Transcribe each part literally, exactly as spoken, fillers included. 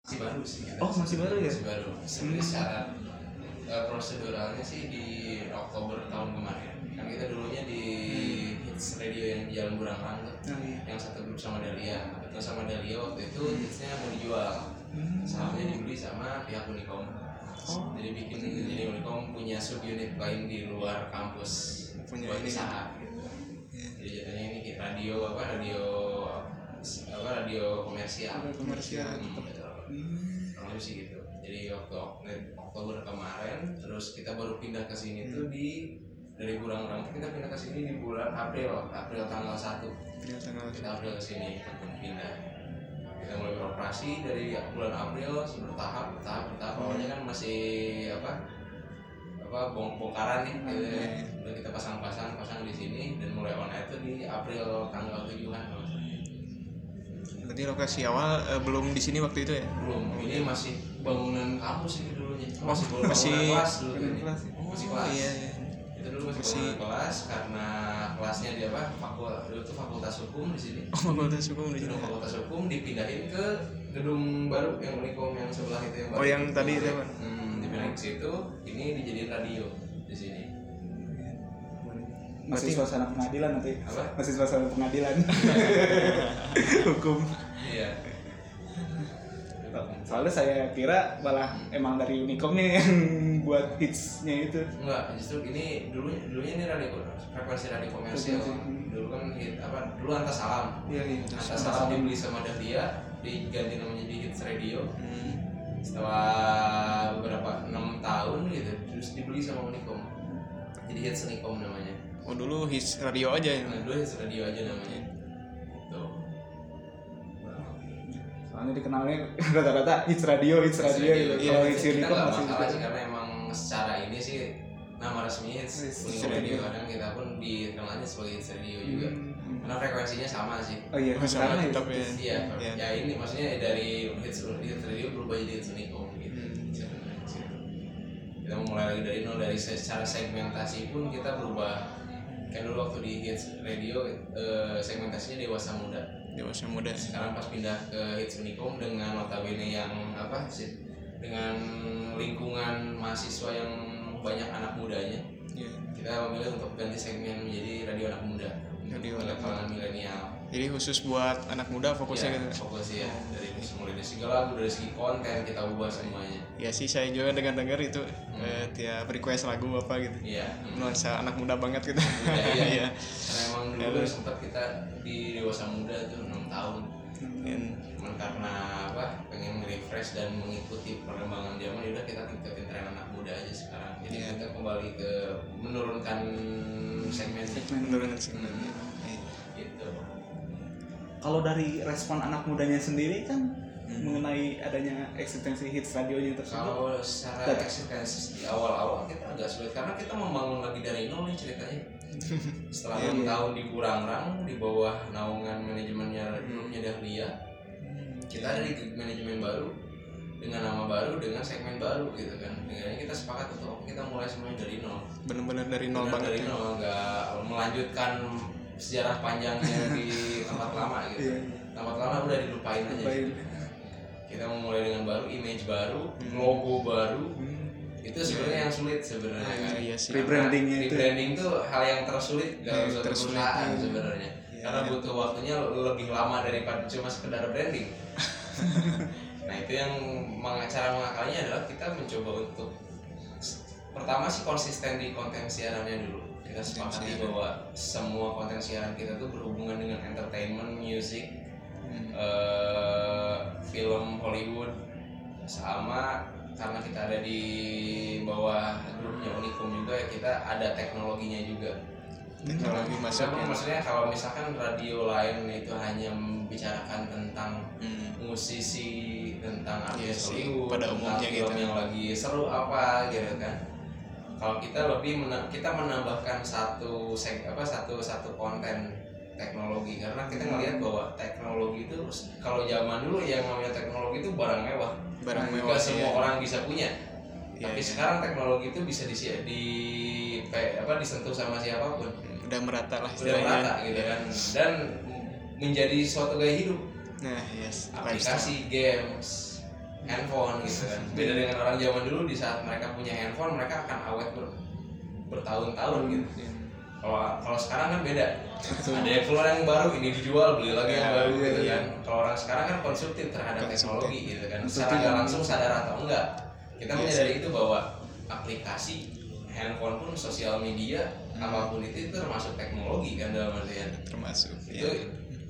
Masih baru sih. Oh masih baru ya? Masih baru. Sebenarnya secara uh, proseduralnya sih di Oktober tahun kemarin. Kan kita dulunya di Hits Radio yang di Jalan Burang-Rang tuh. Oh, iya. Yang satu grup sama Dahlia. Atau sama Dahlia waktu itu hitsnya mau dijual. Hmm. Sahamnya dibeli sama pihak Unicom. Oh. Jadi bikin jadi Unicom punya subunit lain di luar kampus Punya buat ini. usaha gitu. Jadi jatuhnya ini kayak radio apa radio apa radio komersial. Radio komersial. Hmm, gitu. Hmm. Kurang lebih sih gitu. Jadi waktu Oktober kemarin, terus kita baru pindah ke sini Hmm. tuh di dari Burang-Rang kita pindah ke sini di bulan April, April tanggal satu. Dia tanggal Kita April ke sini kita pindah. Kita mulai beroperasi dari bulan April bertahap, bertahap, bertahap. Awalnya kan masih apa? apa bongkaran nih gitu ya. Udah kita pasang-pasang pasang di sini dan mulai on air tuh di April tanggal tujuan. Berarti lokasi awal eh, belum di sini waktu itu ya? Belum, ini masih bangunan kampus ini dulunya. Masih Oh, bangunan masih kelas dulu bangunan ini. kelas. Oh, masih Oh, kelas. iya, iya. Itu dulu masih, Masih- bangunan kelas karena kelasnya di apa? Fakultas dulu tuh fakultas hukum di sini. Oh, fakultas hukum di sini. Gedung fakultas hukum dipindahin ke gedung baru yang Unicom yang sebelah itu yang baru. Oh, yang tadi itu, Pak? Hmm, dipindahin ke situ, ini dijadiin radio di sini. Masih suasana pengadilan nanti. Apa? Masih suasana pengadilan. Hukum. Iya. Soalnya saya kira malah emang dari Unicom nih yang buat hitsnya itu. Enggak, justru ini dulu dulunya ini radio frekuensi radio komersial. Frekuensi. Dulu kan hit apa? Dulu Antas Salam. Iya, iya. Antas Salam dibeli sama Dahlia, diganti namanya di Hits Radio. Hmm. Setelah beberapa enam tahun gitu, terus dibeli sama Unicom. Jadi Hits Unicom namanya. Oh, dulu hits radio aja ya. Nah, dulu Hits Radio aja namanya. Tuh. Soalnya dikenalnya rata-rata hits radio, hits radio gitu. Iya, Kalau hits kita Unicom nggak masih masalah gitu. sih karena emang secara ini sih nama resminya Hits Hits Unicom Radio. Radio. Kadang kita pun dikenalnya sebagai Hits Radio juga. Hmm. Karena frekuensinya sama sih. Oh iya, Oh, sama sekarang ya. tetap ya. Iya, Iya. ya ini maksudnya dari hits hits radio berubah jadi hits Unicom gitu. Kita mau mulai lagi dari nol, dari secara segmentasi pun kita berubah. Kan dulu waktu di hits radio eh, segmentasinya dewasa muda. Dewasa muda. Sekarang pas pindah ke hits Unicom dengan notabene yang apa sih? Dengan lingkungan mahasiswa yang banyak anak mudanya. Iya. Kita memilih untuk ganti segmen menjadi radio anak muda. Radio Untuk anak kalangan milenial. Jadi khusus buat anak muda fokusnya Ya, gitu. fokus ya dari mulai dari segi lagu, dari segi konten kita ubah semuanya. Ya sih, saya juga dengar-dengar itu eh, tiap request lagu apa gitu. Iya. Nuansa anak muda banget gitu. Iya, iya. Iya. Karena emang dulu sempat kita di dewasa muda tuh enam tahun. Dan Cuman karena apa? Pengen refresh dan mengikuti perkembangan zaman, udah kita ngikutin tren anak muda aja sekarang. Jadi Iya. kita kembali ke menurunkan segmen menurunkan segmen. Hmm. Iya. gitu. Kalau dari respon anak mudanya sendiri kan mengenai adanya eksistensi hits radionya tersebut. Kalau secara eksistensi di awal-awal kita agak sulit karena kita membangun lagi dari nol nih ceritanya. Setelah Iya, enam iya. tahun di Burang-Rang di bawah naungan manajemennya grupnya Dahlia, kita ada di manajemen baru dengan nama baru dengan segmen baru gitu kan. Dengan kita sepakat untuk kita mulai semuanya dari nol. Benar-benar dari nol Benar banget dari ya. nol, nggak melanjutkan sejarah panjangnya di tempat lama gitu. Iya. Tempat lama udah dilupain aja. Lupain. Gitu. Kita memulai dengan baru, image baru, logo baru. Itu sebenarnya yang sulit sebenarnya kan. Iya sih. Rebrandingnya itu. Rebranding tuh hal yang tersulit dalam Yang suatu tersulit, perusahaan iya. sebenarnya. Iya, Karena iya. butuh waktunya lebih lama daripada cuma sekedar branding. Nah itu yang meng- cara mengakalinya adalah kita mencoba untuk pertama sih konsisten di konten siarannya dulu. Kita sepakati siaran. bahwa semua konten siaran kita tuh berhubungan dengan entertainment, music, Hmm. eh, film Hollywood, sama karena kita ada di bawah grupnya Unicom juga ya kita ada teknologinya juga. Teknologi Kita masuk pun ya. maksudnya kalau misalkan radio lain itu hanya membicarakan tentang Hmm. musisi, tentang Iya artis sih, Hollywood, pada tentang umumnya film gitu. yang lagi seru apa gitu kan. Kalau kita lebih mena- kita menambahkan satu seg apa satu satu konten teknologi karena kita ngelihat bahwa teknologi itu kalau zaman dulu yang namanya teknologi itu barang mewah. Barang Nggak mewah semua ya. orang bisa punya. Iya, Tapi iya. sekarang teknologi itu bisa di, di pe- apa disentuh sama siapapun. Udah merata lah Udah istilahnya. merata gitu kan dan menjadi suatu gaya hidup. Nah, yes. Aplikasi, games, handphone gitu kan. Beda dengan orang zaman dulu, di saat mereka punya handphone mereka akan awet ber, bertahun-tahun gitu. Kalau kalau sekarang kan beda. Ada yang keluar yang baru, ini dijual, beli lagi yang Ya, baru iya, gitu iya. kan. Kalau orang sekarang kan konsumtif terhadap Konsumtif. teknologi gitu kan. Konsumtif Secara nggak yang- langsung sadar atau enggak, kita Iya menyadari itu bahwa aplikasi handphone pun, sosial media, Hmm. apapun itu, itu termasuk teknologi kan dalam artian termasuk itu ya.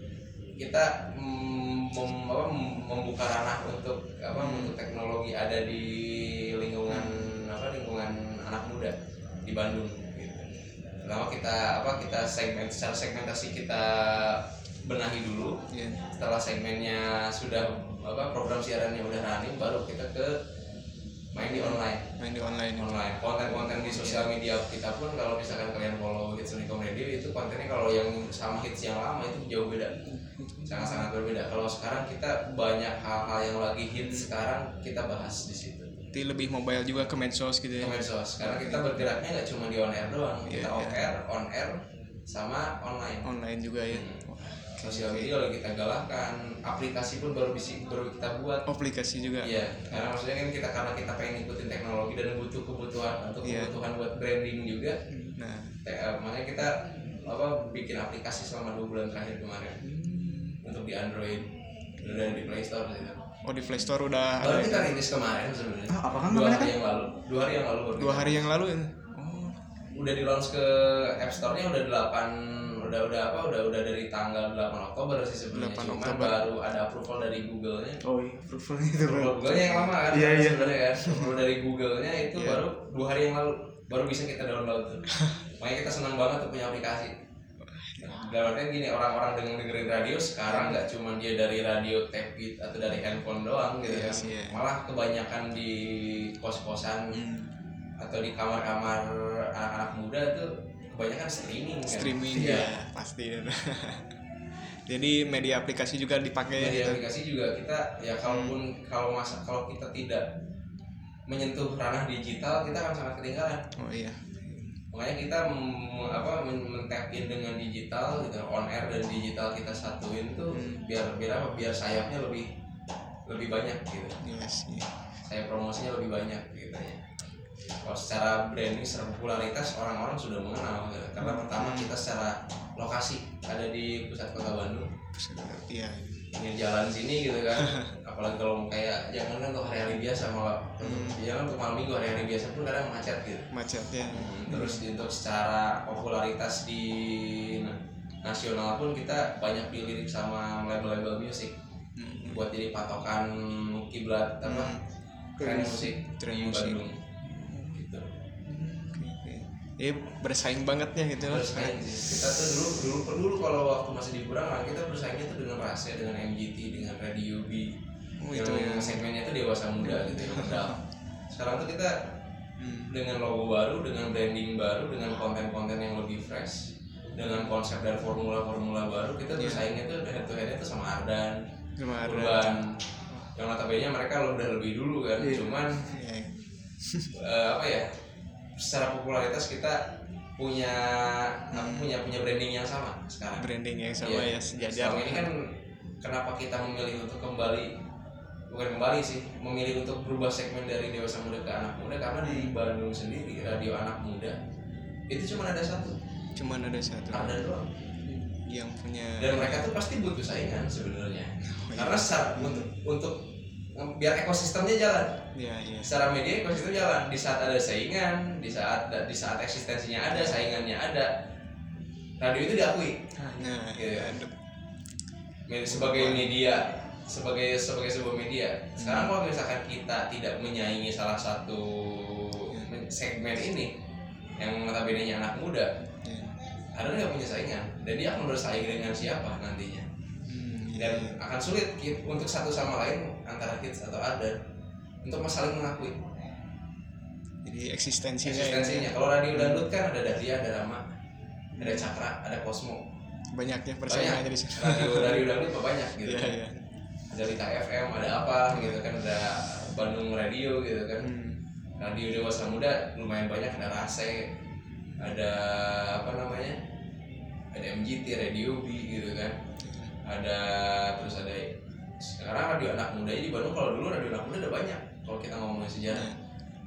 kita mm, mem- apa, mem- membuka ranah untuk apa untuk teknologi ada di lingkungan apa lingkungan anak muda di Bandung gitu. Pertama kita apa kita segmen secara segmentasi kita benahi dulu. Ya. Setelah segmennya sudah apa program siarannya udah running, baru kita ke main di online. Main di online itu. Online konten-konten di sosial media kita pun, kalau misalkan kalian follow Hits Unicom Radio, itu kontennya kalau yang sama hits yang lama itu jauh beda, sangat-sangat berbeda. Kalau sekarang kita banyak hal-hal yang lagi hits sekarang kita bahas di situ. Jadi lebih mobile juga ke medsos gitu Ke ya. medsos. Sekarang kita bergeraknya nggak cuma di on air doang, Iya, kita iya. off air, on air, sama online. Online juga ya. Hmm. Sosial media lagi kita galakkan, aplikasi pun baru bisa baru kita buat. Aplikasi juga. Iya, karena maksudnya kan kita karena kita pengen ikutin teknologi dan butuh kebutuhan untuk Iya. kebutuhan buat branding juga. Nah, Te- eh, makanya kita apa bikin aplikasi selama dua bulan terakhir kemarin untuk di Android dan di Play Store gitu. oh di Play Store udah Baru ada kita ya? rilis kemarin sebenarnya. Ah, apa kan dua namanya hari kan? yang lalu. Dua hari yang lalu baru. dua kita- hari yang lalu ya. Oh, Udah di launch ke App Store-nya udah delapan udah udah apa udah udah dari tanggal delapan Oktober sih sebenarnya. delapan Cuman Oktober. baru ada approval dari Google-nya. Oh iya, approval itu bro. Approval Google-nya yang lama kan? Iya, iya. Sebenarnya kan. Approval dari Google-nya itu Iya. baru dua hari yang lalu baru bisa kita download tuh. Makanya kita senang banget tuh punya aplikasi. Dalam artian gini, orang-orang dengan dengerin radio sekarang nggak cuma dia dari radio tape it atau dari handphone doang gitu Iya kan. sih, iya. Malah kebanyakan di kos-kosan hmm, atau di kamar-kamar anak-anak muda tuh kebanyakan streaming kan. streaming Iya. ya pasti. Jadi media aplikasi juga dipakai Media gitu. aplikasi juga kita ya kalaupun kalau masa kalau kita tidak menyentuh ranah digital kita akan sangat ketinggalan. Oh iya. Makanya kita mem- apa men- men-tap in dengan digital gitu, on air dan digital kita satuin tuh Hmm. biar biar apa biar sayapnya lebih lebih banyak gitu. Iya sih. Sayap promosinya lebih banyak gitu ya. Kalau secara branding, secara popularitas orang-orang sudah mengenal gitu. Karena pertama kita secara lokasi ada di pusat kota Bandung, Iya. ini jalan sini gitu kan. Apalagi kalau kayak jangan kan untuk hari-hari biasa, malah Hmm. jangan untuk malam minggu, hari-hari biasa pun kadang macet gitu. Macetnya. Hmm, terus di- untuk secara popularitas di na- nasional pun kita banyak dilirik sama label-label musik Hmm. buat jadi patokan kiblat apa Hmm. tren musik Tren di musik. Bandung gitu. Oke, oke. Jadi bersaing bangetnya gitu. Bersaing sih. Kita tuh dulu dulu dulu kalau waktu masih di Burangrang kita bersaingnya tuh dengan Rase, dengan M G T, dengan Radio B. Oh, yang itu ya. segmennya itu dewasa muda gitu yang modal. Sekarang tuh kita Hmm. dengan logo baru, dengan branding baru, dengan konten-konten yang lebih fresh, dengan konsep dan formula-formula baru, kita Iya. bersaingnya tuh head to head-nya tuh sama Ardan, Kemarin. Urban. Yang notabene mereka udah lebih dulu kan, Iya. cuman Iya. eh, apa ya? Secara popularitas kita punya apa, punya punya branding yang sama sekarang. Branding yang sama Iya. ya sejajar. Selama ini kan kenapa kita memilih untuk kembali bukan kembali sih memilih untuk berubah segmen dari dewasa muda ke anak muda karena di Bandung sendiri radio anak muda itu cuma ada satu, Cuman ada satu Ardan doang, yang punya. dan mereka tuh pasti butuh saingan sebenarnya. Oh, iya. Karena secara, untuk untuk biar ekosistemnya jalan, Iya, iya. secara media ekosistem jalan. Di saat ada saingan, di saat di saat eksistensinya ada, saingannya ada, radio itu diakui Nah, Iya. ada. Med- sebagai media, sebagai sebagai sebuah media. Sekarang kalau misalkan kita tidak menyaingi salah satu segmen ini yang notabene-nya anak muda, Iya. Ardan nggak punya saingan dan dia akan bersaing dengan siapa nantinya, Hmm, iya. dan akan sulit ki- untuk satu sama lain antara Hits atau Ardan untuk saling mengakui Jadi eksistensinya. eksistensinya. Kalau radio dangdut kan ada Dahlia, ada Rama, ada Cakra, ada Cosmo, Banyak ya banyak. persaingannya di sana. Radio radio dangdut mah banyak gitu. Iya, iya. Ada Lita F M, ada apa gitu kan, ada Bandung Radio gitu kan. Hmm. Radio dewasa muda lumayan banyak, ada Rase, ada apa namanya, ada M G T, Radio B gitu kan, ada terus ada sekarang radio anak muda di Bandung. Kalau dulu radio anak muda ada banyak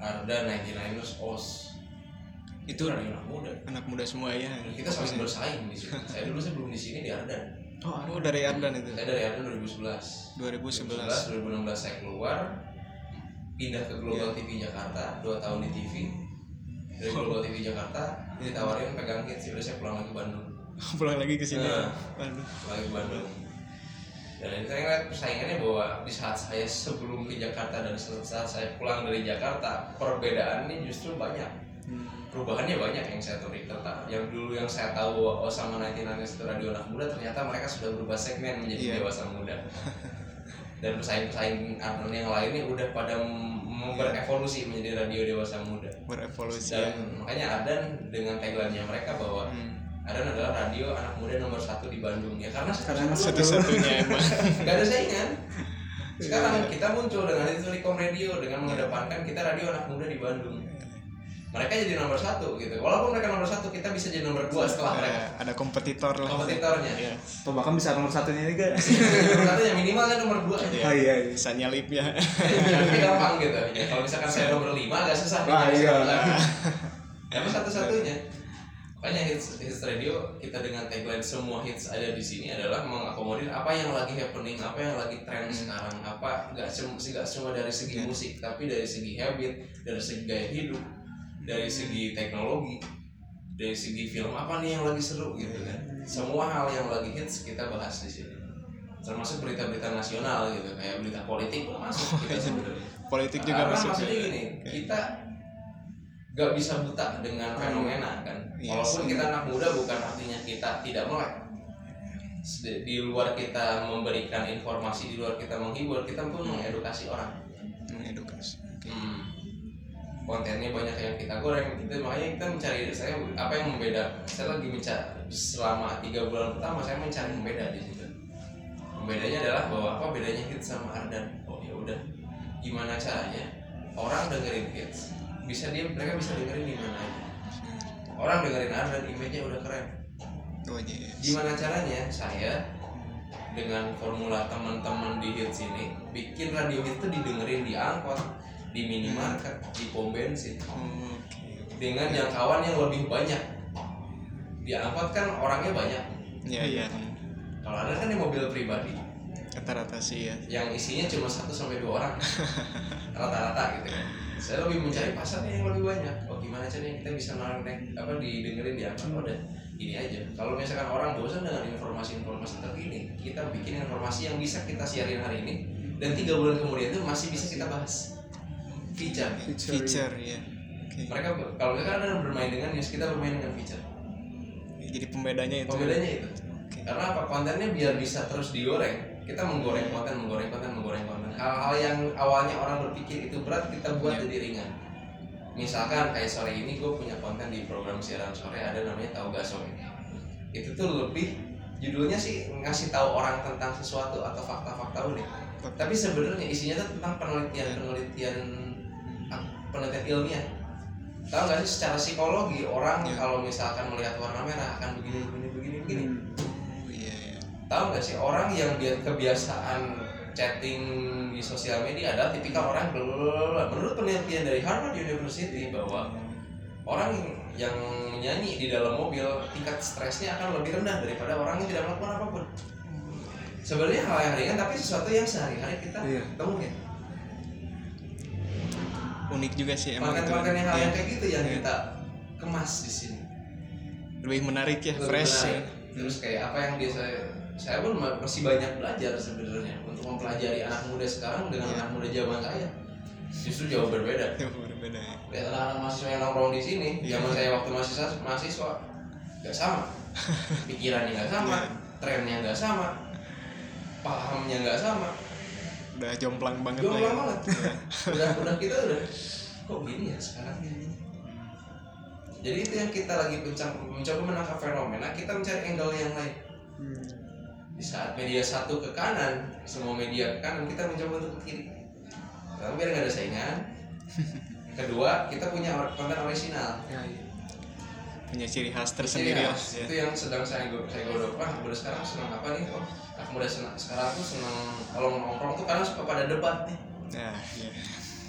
Ardan, sembilan puluh sembilan ers, O S. Itu radio anak muda. Anak muda semua ya. Kita saling bersaing di sini. Saya dulu saya belum di sini di Ardan. Oh, dari Ardan itu. Saya dari Ardan dua ribu sebelas. dua ribu sebelas. dua ribu enam belas saya keluar, pindah ke Global Yeah. T V Jakarta, dua tahun di T V. Dari Global T V Jakarta ditawarin pegang hits, udah saya pulang lagi ke Bandung. Pulang lagi ke sini. Nah. Waduh. Lagi ke Bandung. Dan ini saya ngeliat persaingannya bahwa di saat saya sebelum ke Jakarta dan saat saya pulang dari Jakarta, perbedaannya justru banyak. Hmm. Perubahannya banyak yang saya tahu tentang yang dulu yang saya tahu bahwa oh sama sembilan puluh sembilan itu radio anak muda, ternyata mereka sudah berubah segmen menjadi Yeah. dewasa muda. Dan pesaing-pesaing Ardan yang lainnya udah pada m- berevolusi menjadi radio dewasa muda. Berevolusi Dan ya. makanya Ardan dengan tagline-nya mereka bahwa Hmm. Ardan adalah radio anak muda nomor satu di Bandung ya karena Karena Satu-satunya emang. nggak ada saingan. Sekarang kita muncul dengan itu Rikom Radio dengan mengedepankan kita radio anak muda di Bandung. Mereka jadi nomor satu gitu. Walaupun mereka nomor satu, kita bisa jadi nomor dua setelah mereka. Ada, ada kompetitor lah. Kompetitornya. Iya. Atau bahkan bisa nomor satunya juga. Nomor satu yang minimal kan nomor dua. Iya. Oh iya, iya. Bisa nyalip ya. Tapi gampang gitu. Ya, kalau misalkan saya nomor lima agak susah. Ah, nih, iya. Tapi satu-satunya. Makanya hits, hits radio kita dengan tagline semua hits ada di sini adalah mengakomodir apa yang lagi happening, apa yang lagi tren Hmm. sekarang, apa nggak cuma nggak cuma dari segi Hmm. musik, tapi dari segi habit, dari segi gaya hidup, dari segi teknologi, dari segi film apa nih yang lagi seru gitu kan. Semua hal yang lagi hits kita bahas di sini. Termasuk berita-berita nasional gitu, kayak berita politik pun masuk kita sebenarnya. Politik juga Karena masuk. maksudnya ya. gini, Oke. kita gak bisa buta dengan fenomena kan. Yes. Walaupun kita anak muda bukan artinya kita tidak melek. Di di luar kita memberikan informasi, di luar kita menghibur, kita pun mengedukasi orang. Mengedukasi. Hmm. Kontennya banyak yang kita goreng, kita makanya kita mencari saya apa yang membeda. Saya lagi mencari selama tiga bulan pertama saya mencari pembeda di situ. Pembedanya adalah bahwa apa bedanya hits sama Ardan. Oh ya udah, gimana caranya orang dengerin hits bisa dia mereka bisa dengerin di mana aja. Orang dengerin Ardan image-nya udah keren. Oh yes. Gimana caranya saya dengan formula teman-teman di hits ini bikin radio hit itu didengerin di angkot, di minimarket, di pom bensin Oh, oke. dengan jangkauan yang lebih banyak. Di angkot kan orangnya banyak. Iya iya. Kalau ada kan di mobil pribadi Rata-rata sih ya. yang isinya cuma satu sampai dua orang rata-rata gitu kan. Saya lebih mencari pasarnya yang lebih banyak. Oh gimana caranya kita bisa narik apa didengerin di angkot? Oh, udah ini aja. Kalau misalkan orang bosan dengan informasi-informasi terkini, kita bikin informasi yang bisa kita siarin hari ini dan tiga bulan kemudian itu masih bisa kita bahas. Feature. Feature ya. Oke. Mereka kalau mereka ada bermain dengan news, kita bermain dengan feature. Jadi pembedanya itu. Pembedanya itu. Oke. Karena apa? Kontennya biar bisa terus digoreng. Kita menggoreng konten, menggoreng konten, menggoreng konten. Hal-hal yang awalnya orang berpikir itu berat, kita buat Yeah. jadi ringan. Misalkan kayak sore ini gue punya konten di program siaran sore ada namanya Tahu Gak Sore. Itu tuh lebih judulnya sih ngasih tahu orang tentang sesuatu atau fakta-fakta unik. Tapi sebenarnya isinya tuh tentang penelitian-penelitian penelitian ilmiah. Tahu nggak sih secara psikologi orang Yeah. kalau misalkan melihat warna merah akan begini begini begini begini. Oh iya iya. Tahu nggak sih orang yang dia kebiasaan chatting di sosial media adalah tipikal orang blablabla. Menurut penelitian dari Harvard University bahwa orang yang menyanyi di dalam mobil tingkat stresnya akan lebih rendah daripada orang yang tidak melakukan apapun. Sebenarnya hal yang ringan tapi sesuatu yang sehari-hari kita Iya. temuin. Unik juga sih emang itu. Konten-konten yang hal Iya. yang kayak gitu yang Iya. kita kemas di sini. Lebih menarik ya, Lebih fresh ya. menarik. Terus kayak apa yang biasa saya pun ma- masih banyak belajar sebenarnya untuk mempelajari anak muda sekarang dengan Iya. anak muda zaman saya. Justru jauh berbeda. Ya, berbeda ya. Lihat anak-anak mahasiswa yang nongkrong di sini, Iya. zaman saya waktu mahasiswa mahasiswa nggak sama, pikirannya nggak sama, Iya. trennya nggak sama, pahamnya nggak sama, Udah jomplang banget lah jomplang ya. banget. udah udah kita udah kok gini ya sekarang ini. Jadi itu yang kita lagi mencoba, mencoba menangkap fenomena, kita mencari angle yang lain. Di saat media satu ke kanan, semua media ke kanan, kita mencoba untuk ke kiri. Karena biar nggak ada saingan. Kedua, kita punya or- konten orisinal. Punya ciri khas Ciri tersendiri lah khas. ya. Itu yang sedang saya go- saya godok. Wah, muda sekarang senang apa nih? Oh, aku muda senang sekarang tuh senang kalau nongkrong tuh karena suka pada debat nih. Nah, ya.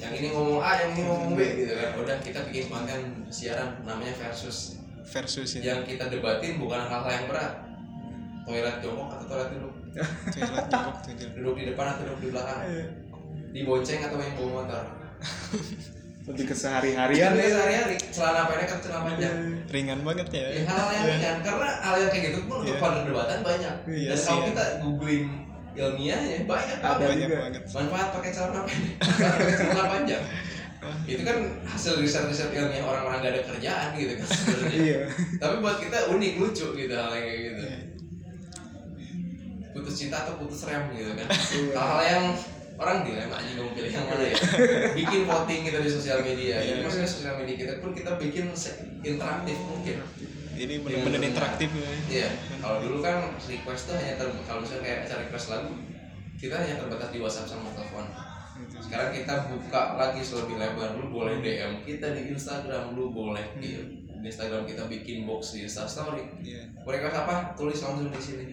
yang ini ngomong A, yang ini ngomong B gitu kan. Udah kita bikin konten siaran namanya versus. Versus ya. Yang kita debatin bukan hal-hal yang berat. Toilet jongkok atau toilet duduk. Toilet jongkok tuh. Duduk di depan atau duduk di belakang. Dibonceng atau yang bawa motor. Lebih ke sehari-harian Iya, ya. sehari-hari celana pendek atau celana panjang. Ringan banget ya. Ya, hal yang ringan karena hal yang kayak gitu pun untuk Iya. perdebatan banyak. Iya Dan sih, kalau ya. kita googling ilmiahnya banyak Ada banget. Banyak juga. banget. Manfaat pakai celana pendek, manfaat pakai celana panjang. Itu kan hasil riset-riset ilmiah orang-orang gak ada kerjaan gitu kan sebenarnya. Iya. Tapi buat kita unik lucu gitu hal yang kayak gitu. Iya. Putus cinta atau putus rem gitu kan. Iya. Hal-hal yang orang dilema aja mau pilih yang mana ya. Bikin voting kita di sosial media. Jadi Iya. maksudnya sosial media kita pun kita bikin se- interaktif mungkin. Ini benar-benar Dengan- interaktif ya. Iya. Kalau dulu kan request tuh hanya ter kalau misalnya kayak acara request lagu kita hanya terbatas di WhatsApp sama telepon. Sekarang kita buka lagi lebih lebar. Lu boleh D M kita di Instagram, lu boleh di, di Instagram kita bikin box di Insta Story. Iya. Request apa? Tulis langsung di sini.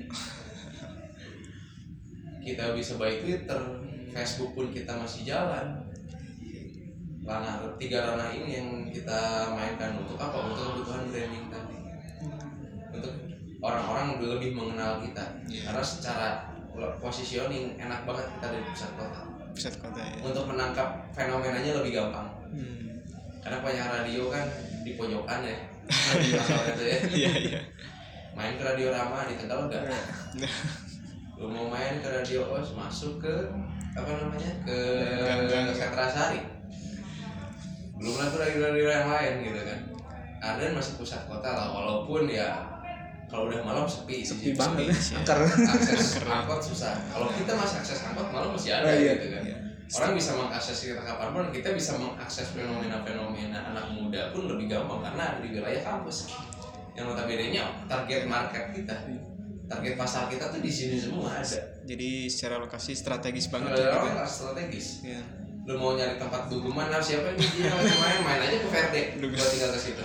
Kita bisa by Twitter, Facebook pun kita masih jalan. Ranah tiga ranah ini yang kita mainkan untuk apa? Untuk kebutuhan branding tadi. Untuk orang-orang lebih mengenal kita. Iya. Karena secara positioning enak banget kita dari pusat kota. Pusat kota ya. Untuk menangkap fenomenanya lebih gampang. Hmm. Karena penyiar radio kan di pojokan ya. Radio asalnya tuh ya. Iya iya. Main ke Radio Rama di Tegal enggak? Lu mau main ke Radio O S masuk ke apa namanya? Ke Gang-gang. Sentrasari. Belum lagi radio-radio yang lain gitu kan. Ada masih pusat kota lah walaupun ya kalau udah malam sepi Sepi sih. banget. Sepi, Akar. Akses angkot susah. Kalau kita masih akses angkot malam masih ada Oh, iya. gitu kan. Iya. Orang bisa mengakses kita kapanpun, kita bisa mengakses fenomena-fenomena anak muda pun lebih gampang karena ada di wilayah kampus. Yang notabene-nya target market kita, target pasar kita tuh di sini semua ada. Jadi secara lokasi strategis banget Ada ya. orang Gitu. harus strategis. Iya. Lu mau nyari tempat dugeman, nah siapa yang dia main main aja ke Verde, Dugeman. gua tinggal ke situ.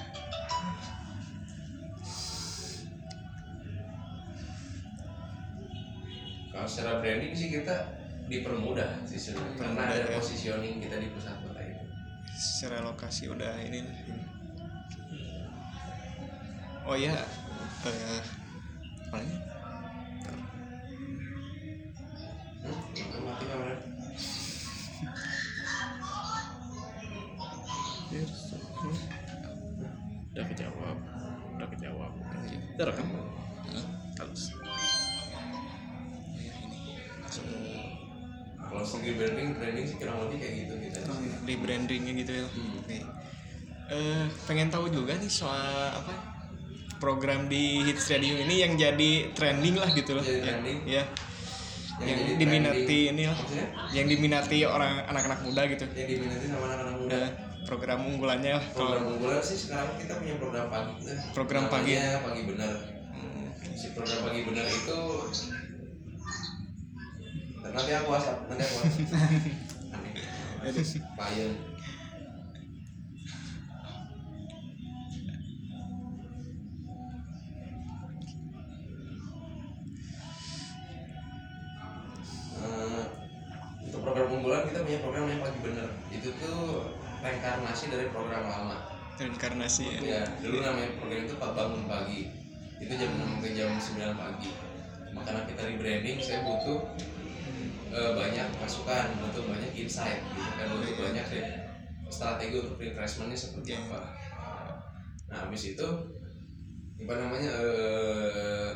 Kalau secara branding sih kita dipermudah sih sebenarnya karena Dipermudah, ada ya. positioning kita di pusat kota itu. Secara lokasi udah ini. Oh iya. Eh apa ini? Hmm, mati kamera. Udah kejawab. Udah kejawab. Udah rekam. Terus. Kalau segi branding, branding sih kurang lebih kayak gitu kita. Rebrandingnya gitu ya. Hmm. Oke. Eh pengen tahu juga nih soal apa program di Hits Radio ini yang jadi trending lah gitu loh. Jadi Ya, trending. ya. Yang Yang jadi diminati trending. ini lah. Maksudnya? Yang diminati orang anak-anak muda gitu. Yang diminati sama anak-anak muda. Udah program unggulannya lah Program kalau unggulan sih sekarang kita punya program pagi. Nah, Program pagi. namanya Pagi Bener. Si program Pagi Bener itu nanti aku WhatsApp, nanti aku WhatsApp. Aneh. Klien. Eh, untuk program unggulan kita punya program yang Pagi Bener. Itu tuh reinkarnasi dari program lama. reinkarnasi ya. Ya, dulu namanya program itu Pak Bangun Pagi. Itu jam enam ke jam sembilan pagi. Makanya kita rebranding, saya butuh eh, banyak masukan, butuh banyak insight gitu kan, butuh banyak deh strategi untuk refreshmentnya seperti apa. Nah, habis itu apa namanya eh,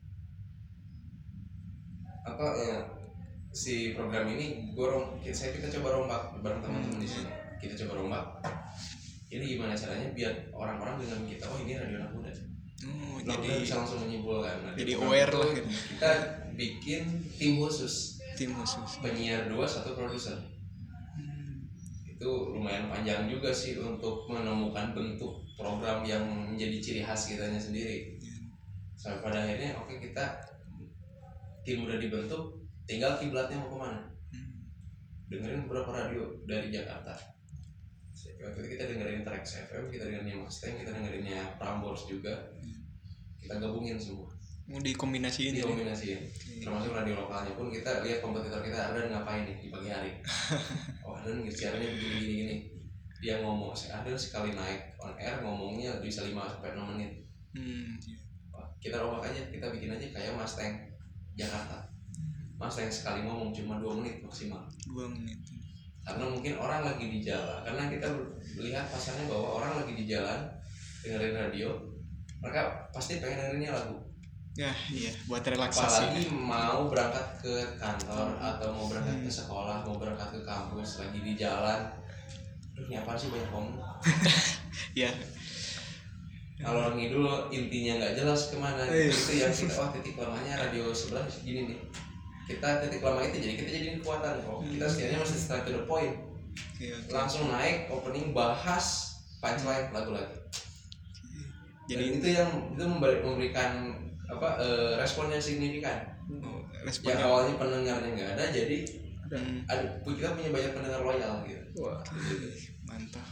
apa ya si program ini gue rom, saya kita coba rombak bareng teman-teman di sini. Kita coba rombak. Ini gimana caranya biar orang-orang dengan kita, oh ini radio anak muda. Oh, Nah, jadi kita bisa langsung menyimpulkan. Nah, jadi di program aware itu lah gitu. Kita bikin tim khusus, tim khusus. penyiar dua, satu produser. Itu lumayan panjang juga sih untuk menemukan bentuk program yang menjadi ciri khas kitanya sendiri. Sampai pada akhirnya oke kita tim udah dibentuk, tinggal kiblatnya mau kemana. Dengerin beberapa radio dari Jakarta. Waktu itu kita dengerin Trax F M, kita dengerinnya Mustang, kita dengerinnya Prambors juga. Kita gabungin semua, Mau dikombinasiin jadi. dikombinasiin. Termasuk radio lokalnya pun kita lihat kompetitor kita ada ngapain nih di pagi hari. Oh Aden gitu siarannya begini gini gini dia ngomong Aden sekali naik on air ngomongnya bisa lima sampai enam menit. Hmm, iya. Wah, kita robak aja kita bikin aja kayak Mustang Jakarta. Mustang sekali ngomong cuma dua menit maksimal. Dua menit. Karena mungkin orang lagi di jalan karena kita lihat pasarnya bahwa orang lagi di jalan dengerin radio mereka pasti pengen dengerinnya lagu. Ya iya buat relaksasi. Apalagi mau berangkat ke kantor atau mau berangkat ke sekolah, mau berangkat ke kampus lagi di jalan. Aduh ini apaan sih banyak ngomong. Ya. Kalau ngidul intinya nggak jelas kemana gitu. Itu yang kita wah titik lamanya radio sebelah gini nih. Kita titik lama itu jadi kita jadiin kekuatan kok. Kita setidaknya masih straight to the point. Okay, okay. Langsung naik opening bahas punchline lagu lagi. Jadi Dan itu yang itu memberikan apa uh, respon yang signifikan. Oh, respon yang awalnya pendengarnya nggak ada jadi hmm. ada kita punya banyak pendengar loyal gitu. Wah mantap.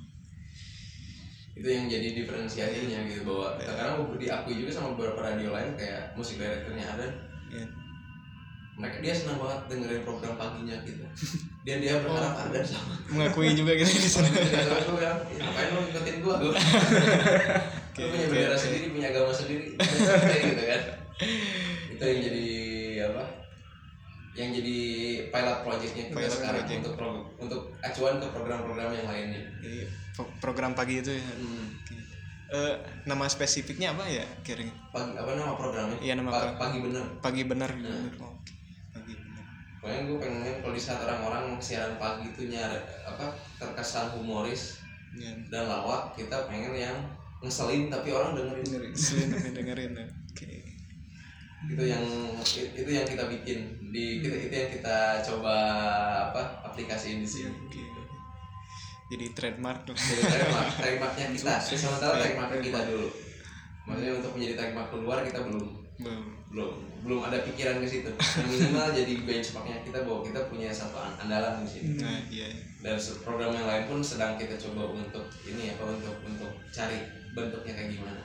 Itu yang jadi diferensiasinya gitu bahwa ya. Karena diakui juga sama beberapa radio lain kayak musik directornya ada. Ya. Mereka dia senang banget dengerin program paginya gitu. Dia dia berharap oh, ada sama. Mengakui juga gitu di sana. Aku bilang, ngapain lo ngikutin gua gua. Lu punya bendera okay. sendiri, punya agama sendiri, gitu kan. Itu yang jadi apa? Yang jadi pilot projectnya kita pilot sekarang project. untuk pro, untuk acuan ke program-program yang lainnya. Jadi, program pagi itu ya. Hmm. Okay. Uh, nama spesifiknya apa ya kira-kira? Pagi apa nama programnya? Iya nama pa, pagi bener. Pagi bener. Nah. bener. Oh, pagi bener. Pokoknya gue pengen kalau di saat orang-orang siaran pagi itu nyari apa terkesan humoris yeah. dan lawak, kita pengen yang ngeselin tapi orang dengerin ngeselin tapi dengerin oke okay. itu yang itu yang kita bikin di kita itu yang kita coba apa aplikasiin di sini okay. Jadi trademark jadi trademark trademarknya kita sementara trademark kita dulu maksudnya untuk menjadi trademark keluar kita belum belum belum belum ada pikiran ke situ yang minimal jadi benchmarknya kita bahwa kita punya satu andalan di sini nah, iya. Dan program yang lain pun sedang kita coba untuk ini apa untuk untuk cari bentuknya kayak gimana.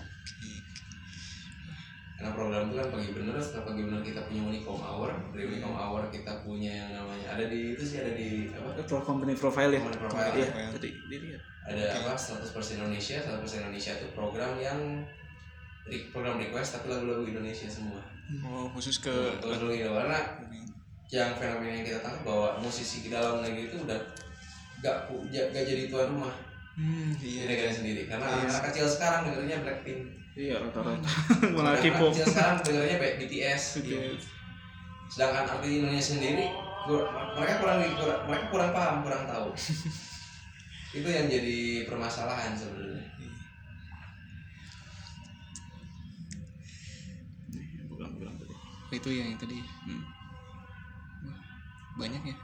Karena program itu kan pagi bener, setelah pagi bener kita punya Unicom Hour, dari Unicom Hour kita punya yang namanya ada di itu sih ada di apa? Pro company profile ya. Company profile. Ya. Ya. Jadi dilihat. Ada okay. apa? seratus persen Indonesia, seratus persen Indonesia itu program yang program request tapi lagu-lagu Indonesia semua. Oh, khusus ke lagu Indonesia karena yang fenomena yang kita tangkap bahwa musisi di dalam negeri itu udah gak gak jadi tuan rumah. Hmm, iya. Negara sendiri karena iya. Anak kecil sekarang dengernya Blackpink. Iya rata-rata. Malah K-pop. Anak kecil sekarang dengernya B T S. Gitu. Sedangkan arti Indonesia sendiri, mereka kurang, kurang mereka kurang paham, kurang tahu. Itu yang jadi permasalahan sebenarnya. Itu yang tadi. Hmm. Banyak ya.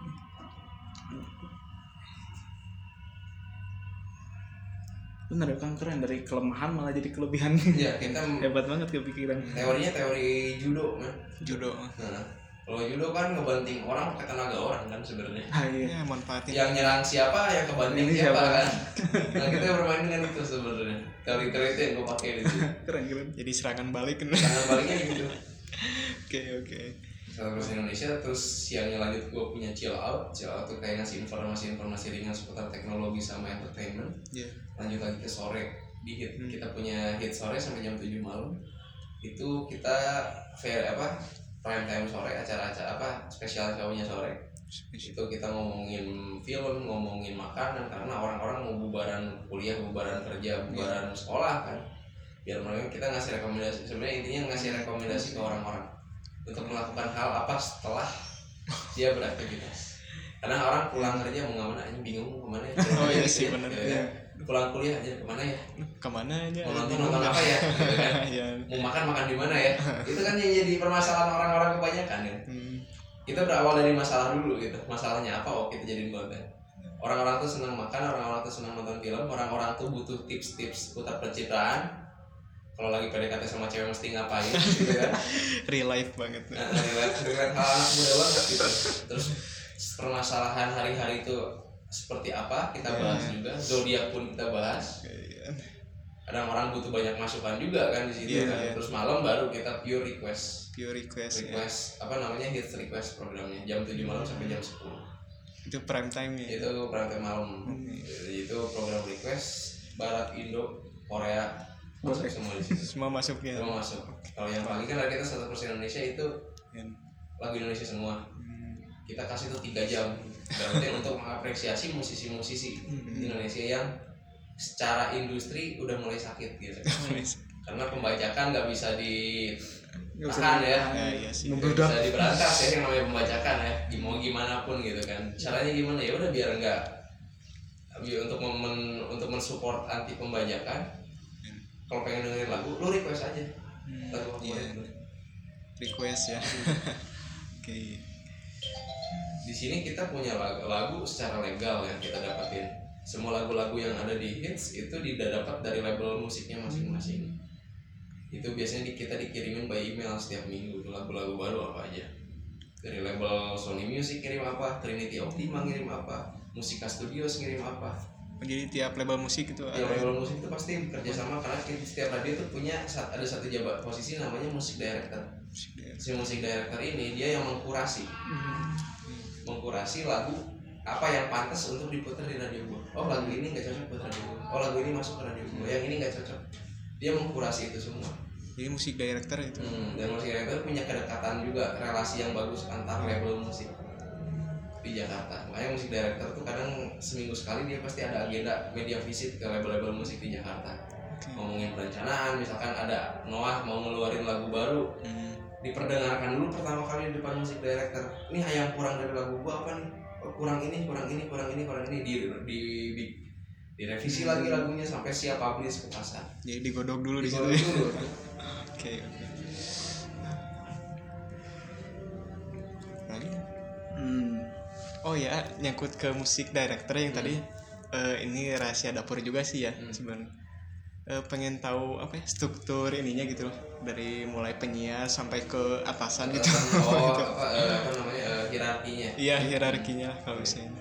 Bener ya kan keren dari kelemahan malah jadi kelebihan. Iya kita hebat banget kepikiran. Teorinya teori judo kan. Judo. Nah, kalau judo kan ngebanting orang pakai tenaga orang kan sebenarnya. Ah, iya. Ya, manfaatin. Yang nyerang siapa, yang kebanting siapa, siapa kan. Nah kita bermain dengan itu sebenarnya. Teori-teori itu yang gue pakai di sini. Keren keren. Jadi serangan balik kan. Serangan baliknya gitu. Oke oke. Terus Indonesia terus siangnya lanjut gue punya chill out. Chill out tuh kayak ngasih informasi-informasi ringan seputar teknologi sama entertainment. Yeah. Lanjut lagi ke sore di hit. Hmm. Kita punya hit sore sampai jam tujuh malam. Itu kita fair apa prime time sore acara-acara apa spesial show-nya sore. Itu kita ngomongin film, ngomongin makanan karena orang-orang mau bubaran kuliah, bubaran kerja, bubaran yeah. sekolah kan. Biar mereka kita ngasih rekomendasi sebenarnya intinya ngasih rekomendasi ke orang-orang untuk melakukan hal apa setelah dia beraktivitas. Karena orang pulang kerja mau kemana aja bingung mau kemana ya. Oh iya sih benar. Ya. Pulang kuliah aja kemana ya? Kemana aja? Mau nonton nonton apa ya? Gitu kan? Mau makan makan di mana ya? Itu kan yang jadi permasalahan orang-orang kebanyakan ya. Hmm. Kita berawal dari masalah dulu gitu. Masalahnya apa? Oh kita jadiin konten. Orang-orang tuh senang makan, orang-orang tuh senang nonton film, orang-orang tuh butuh tips-tips putar pencitraan. Kalau lagi P D K T sama cewek mesti ngapain gitu kan. Real life banget. Nah, real life dengan hal anak muda banget gitu. Terus permasalahan hari-hari itu seperti apa kita bahas yeah. juga. Zodiak pun kita bahas. Yeah. Kadang orang butuh banyak masukan juga kan di situ yeah, kan. Yeah. Terus malam baru kita pure request. Pure request. Request yeah. apa namanya hits request programnya jam tujuh malam sampai jam sepuluh. Itu prime time ya. Itu prime time malam. Oke. Itu program request Barat, Indo, Korea masuk Boleh. semua di situ. Semua masuk ya. Semua masuk. Kalau yang pagi kan kita satu persen Indonesia itu Yan. lagu Indonesia semua. Hmm. Kita kasih tuh tiga jam. Berarti untuk mengapresiasi musisi-musisi Indonesia yang secara industri udah mulai sakit gitu. Karena pembajakan nggak bisa Nggak usah ditahan ya. Ya, iya sih. Nggak bisa diberantas ya yang namanya pembajakan ya. Mau gimana pun gitu kan. Caranya gimana ya udah biar enggak biar untuk men, untuk mensupport anti pembajakan. Kalau pengen dengerin lagu, lu request aja. Lagu Iya. favorit lu. Request ya. Oke. Di sini kita punya lagu, lagu secara legal yang kita dapetin. Semua lagu-lagu yang ada di hits itu tidak dapat dari label musiknya masing-masing. Itu biasanya di, kita dikirimin by email setiap minggu tuh lagu-lagu baru apa aja. Dari label Sony Music kirim apa, Trinity Optima ngirim apa, Musika Studios ngirim apa. Jadi tiap label musik itu Tiap label musik itu pasti bekerja sama karena setiap radio itu punya ada satu jabat posisi namanya musik director. Si musik director ini dia yang mengkurasi. Mengkurasi lagu apa yang pantas untuk diputar di radio gua. Oh lagu ini nggak cocok buat radio gua. Oh lagu ini masuk ke radio gua. Yang ini nggak cocok. Dia mengkurasi itu semua. Jadi musik director itu. Hmm, dan musik director punya kedekatan juga, relasi yang bagus antar label musik di Jakarta. Makanya musik director tuh kadang seminggu sekali dia pasti ada agenda media visit ke label-label musik di Jakarta. Okay. Ngomongin perencanaan, misalkan ada Noah mau ngeluarin lagu baru, Hmm. diperdengarkan dulu pertama kali di depan musik director. Ini yang kurang dari lagu gua apa nih? Oh, kurang ini, kurang ini, kurang ini, kurang ini di di, di direvisi Hmm. lagi lagunya sampai siap publish ke pasar. Jadi digodok dulu di situ. Digodok dulu. Oke, oke. Lagi? Hmm. Oh ya, nyangkut ke musik director yang Hmm. tadi eh, ini rahasia dapur juga sih ya Hmm. sebenarnya. Eh, pengen tahu apa ya struktur ininya gitu loh, dari mulai penyiar sampai ke atasan gitu. Oh, Gitu. apa, eh, apa namanya eh, hierarkinya. Iya, hierarkinya lah kalau misalnya.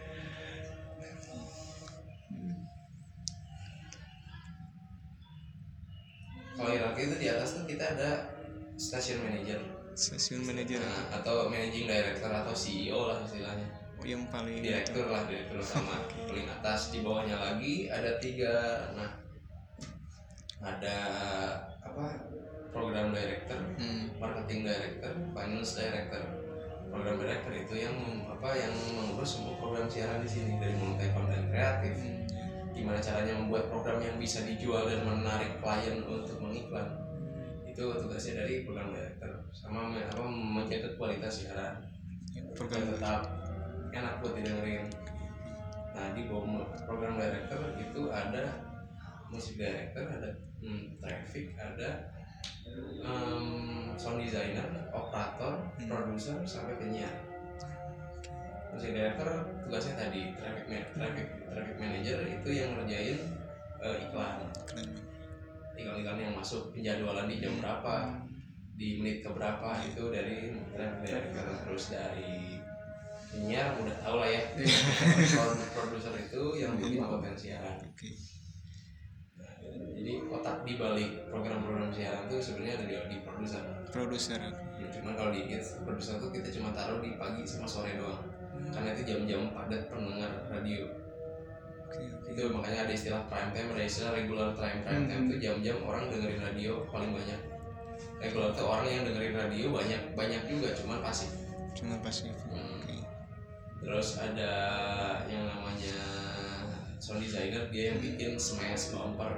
Kalau hierarki itu di atas tuh kita ada station manager, Stasiun manajer nah, atau managing director atau C E O lah istilahnya. itu yang paling Direktur lah, direktur utama. Paling atas, di bawahnya lagi ada tiga. Nah, ada apa? Program director, Hmm. marketing director, finance director. Program director itu yang mem- apa yang mengurus semua program siaran di sini, dari mulai konten kreatif, gimana caranya membuat program yang bisa dijual dan menarik klien untuk mengiklan. Itu tugasnya dari program director. Sama me- apa menjaga kualitas siaran program dan tetap enak buat didengerin. Nah di bawah program director itu ada musik director, ada hmm, traffic, ada um, sound designer, operator, Hmm. produser, sampai penyiar. Musik director tugasnya tadi traffic ma- traffic traffic manager itu yang ngerjain uh, iklan iklan-iklan yang masuk, penjadwalan di jam berapa, di menit keberapa, itu dari traffic director. Terus dari penyiar udah tau lah ya, Pro- produser itu yang bikin konten siaran. Oke. Nah, jadi otak di balik program-program siaran itu sebenarnya ada di, di produser. Produser. Ya, cuman kalau di hits produser tuh kita cuma taruh di pagi sama sore doang, karena itu jam-jam padat pendengar radio. Oke, oke. Itu makanya ada istilah prime time, ada istilah regular time. Prime time itu jam-jam orang dengerin radio paling banyak. Regular tuh orang yang dengerin radio banyak banyak juga, cuman pasif. Cuma pas itu. Hmm. Oke. Terus ada yang namanya sound designer, dia yang bikin smash bumper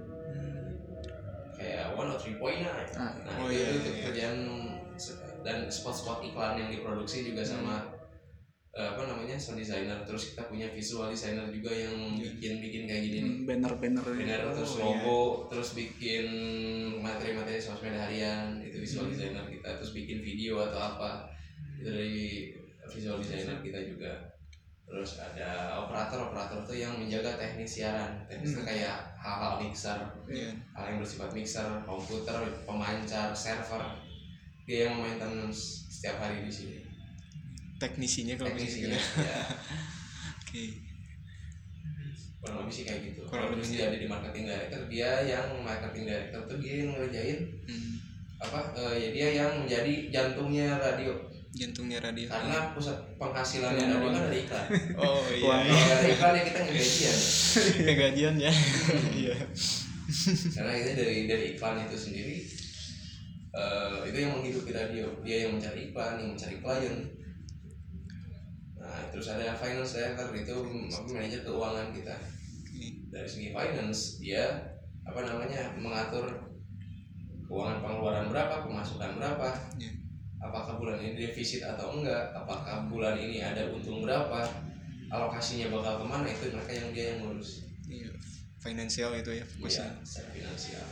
kayak one oh three point nine. Ah, Nah oh itu, iya, itu iya. kerjaan dan spot-spot iklan yang diproduksi juga sama eh, apa namanya sound designer. Terus kita punya visual designer juga yang bikin bikin kayak gini nih, Banner-banner. banner, terus Oh, logo, terus bikin materi-materi sosmed harian, itu visual designer kita. Terus bikin video atau apa, itu dari visual designer kita juga. Terus ada operator-operator tuh yang menjaga teknik siaran. Teknik itu kayak hal-hal mixer, Iya. hal yang bersifat mixer, komputer, pemancar, server. Dia yang maintenance setiap hari di sini. Teknisinya kalau Teknisinya, misalnya. ya, Oke. kurang lebih sih kayak gitu. Kurang Kalau terus lebih. dia ada di marketing director, dia yang marketing director tuh dia yang ngerjain Hmm. apa? eh, ya dia yang menjadi jantungnya radio. Jantungnya radio. Karena pusat penghasilannya radio kan dari iklan. Oh iya. Wah, iya. Kalau dari iklan ya kita ngegajian. Kayak gajian ya. Iya. Karena itu dari dari iklan itu sendiri, uh, itu yang menghidupi radio. Dia yang mencari iklan, yang mencari klien. Nah terus ada finance director, itu manajer keuangan kita. Dari segi finance dia apa namanya mengatur keuangan, pengeluaran berapa, pemasukan berapa, Yeah. apakah bulan ini defisit atau enggak, apakah bulan ini ada untung berapa, alokasinya bakal kemana, itu mereka yang dia yang ngurus. Iya. Finansial itu ya Iya, fokusnya. secara finansial.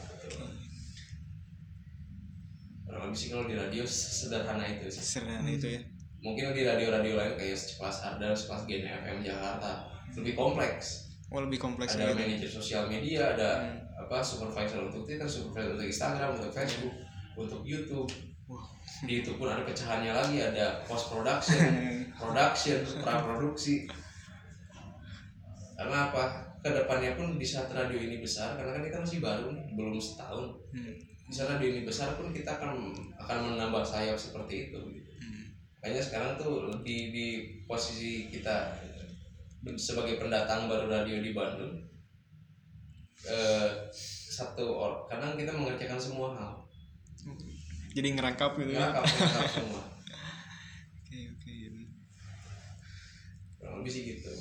Kurang lebih sih kalau di radio sederhana itu sih. Sederhana itu ya. Mungkin di radio-radio lain kayak sekelas Ardan, sekelas Gen F M Jakarta lebih kompleks. Oh lebih kompleks Ada lagi. manajer sosial media, ada Hmm. apa supervisor untuk Twitter, supervisor untuk Instagram, untuk Facebook, untuk YouTube. Wah. Di YouTube pun ada pecahannya lagi, ada post production, production, pra produksi. Karena apa? Kedepannya pun di saat radio ini besar, karena kan kita masih baru nih, belum setahun. Hmm. Di saat radio ini besar pun kita akan akan menambah sayap seperti itu. Hmm. Kayaknya sekarang tuh di di posisi kita sebagai pendatang baru radio di Bandung, eh, satu or, kadang kita mengerjakan semua hal, Jadi ngerangkap gitu ya. ngerangkap ngerangkap semua, Oke oke. kurang lebih sih gitu.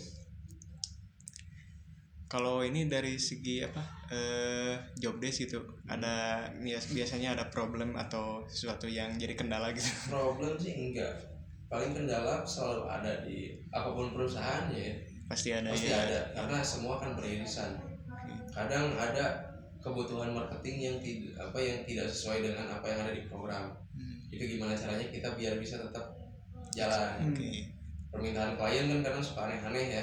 Kalau ini dari segi apa eh, job desk gitu, ada bias- biasanya ada problem atau sesuatu yang jadi kendala gitu. Problem sih enggak, paling kendala selalu ada di apapun perusahaannya ya. Pasti ada Pasti ya. ada, karena semua kan beririsan. Kadang ada kebutuhan marketing yang tidak apa yang tidak sesuai dengan apa yang ada di program. Hmm. Itu gimana caranya kita biar bisa tetap jalan. Oke. Permintaan klien kan kadang suka aneh-aneh ya.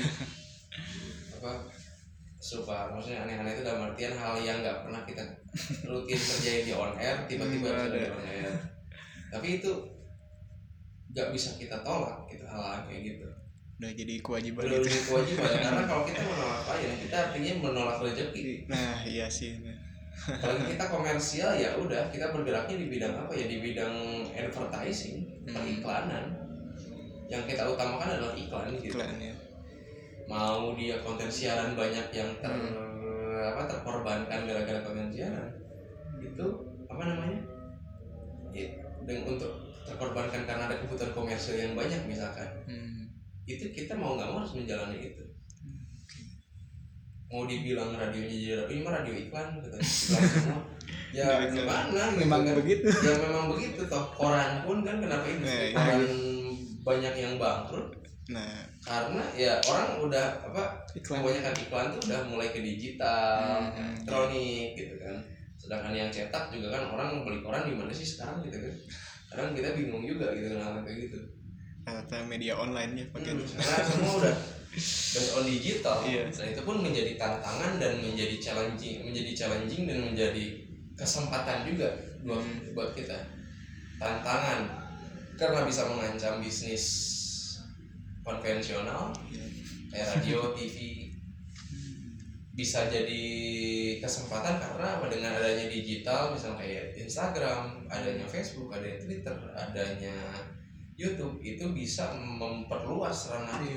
Apa suka maksudnya aneh-aneh itu dalam artian hal yang nggak pernah kita rutin kerjain di on air tiba-tiba Hmm, bisa ada. di on air. Tapi itu nggak bisa kita tolak gitu, hal kayak gitu. Udah jadi kewajiban Udah gitu. udah kewajiban karena kalau kita menolak klien kita artinya menolak rezeki. Nah iya sih. Kalau kita komersial ya udah kita bergeraknya di bidang apa ya, di bidang advertising, Hmm. periklanan. Yang kita utamakan adalah iklan gitu. Iklan ya. Mau dia konten siaran banyak yang ter Hmm. apa terkorbankan gara-gara konten siaran itu apa namanya ya, dengan untuk terkorbankan karena ada kebutuhan komersial yang banyak misalkan, Hmm. itu kita mau nggak mau harus menjalani itu. Mau dibilang radionya jadi radio, ini mah radio iklan gitu, iklan semua. Ya gimana gitu Memang kan? begitu. Ya memang begitu toh. Koran pun kan kenapa industri Nah, koran banyak yang bangkrut? Nah Karena ya orang udah apa Iklan. kebanyakan iklan tuh udah mulai ke digital, Hmm. elektronik gitu kan. Sedangkan yang cetak juga kan orang beli koran di mana sih sekarang gitu kan. Kadang kita bingung juga gitu kenapa kayak gitu. kata media online ya pakai. Hmm, karena semua udah based on digital. Iya. Dan itu pun menjadi tantangan dan menjadi challenging, menjadi challenging dan menjadi kesempatan juga buat Hmm. buat kita. Tantangan karena bisa mengancam bisnis konvensional Iya. kayak radio, T V. Bisa jadi kesempatan karena apa, dengan adanya digital misalnya kayak Instagram, adanya Facebook, adanya Twitter, adanya YouTube, itu bisa memperluas ranah kita.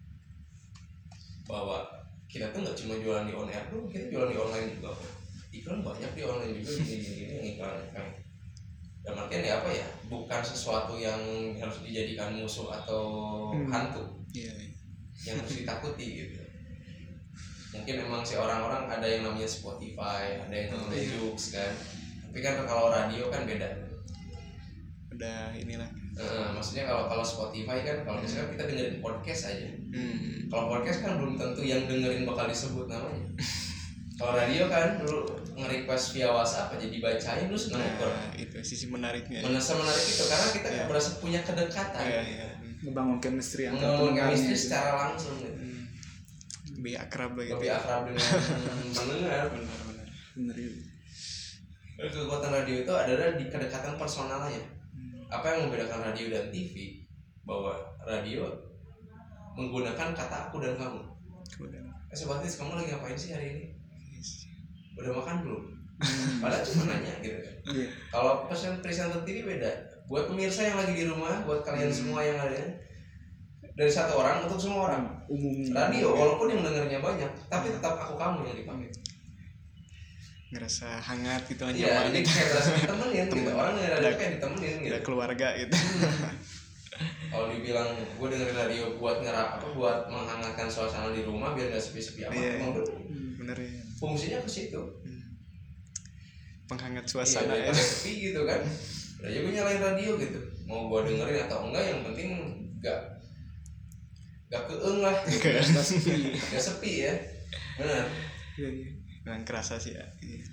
Bahwa kita tuh nggak cuma jualan di on air tuh, kita jualan di online juga. Iklan banyak di online juga, gini-gini yang iklan iklan. Dan artinya ya apa ya, bukan sesuatu yang harus dijadikan musuh atau Hmm. hantu Iya. iya. yang harus ditakuti gitu. Mungkin emang si orang-orang ada yang namanya Spotify, ada yang namanya Joox kan. Tapi kan kalau radio kan beda. Udah inilah. Eh, maksudnya kalau kalau Spotify kan kalau misalnya kita dengerin podcast aja. Hmm. Kalau podcast kan belum tentu yang dengerin bakal disebut namanya. Kalau radio kan dulu nge-request via WhatsApp aja dibacain lu seneng Nah, kok. itu sisi menariknya. Merasa menarik itu karena kita Iya. berasa punya kedekatan. Iya, iya. Ngebangun chemistry antar Mengembangun pendengarnya chemistry gitu. secara langsung gitu. Hmm. Lebih akrab lah gitu. Lebih akrab dengan mendengar. Benar-benar. Bener itu. Kekuatan radio itu adalah di kedekatan personalnya. Hmm. Apa yang membedakan radio dan T V? Bahwa radio menggunakan kata aku dan kamu. Kemudian. Eh Sobat Tis, kamu lagi ngapain sih hari ini? Yes. Udah makan belum? Hmm. Padahal cuma nanya gitu kan. Iya. Kalau presenter presenter T V beda. buat pemirsa yang lagi di rumah, buat kalian semua yang ada, dari satu orang untuk semua orang. Umum Radio walaupun yang dengarnya banyak, tapi tetap aku kamu yang dipanggil. Ngerasa hangat gitu aja. Iya, jadi kayak berasa ditemenin gitu. Temen. Orang denger radio Ada- kayak ditemenin gitu. Ada keluarga gitu. Kalau dibilang gue dengerin radio buat ngerap apa buat menghangatkan suasana di rumah biar gak sepi-sepi amat, Iya, emang iya. bener. Bener ya. Fungsinya ke situ. Penghangat Iya, suasana ya. daripada sepi gitu kan. Udah aja gue nyalain radio gitu. Mau gue dengerin atau enggak, yang penting gak gak keeng lah. Gitu. Nggak sepi. Gak sepi ya. Benar. Iya, iya. Memang kerasa sih ya. Iya.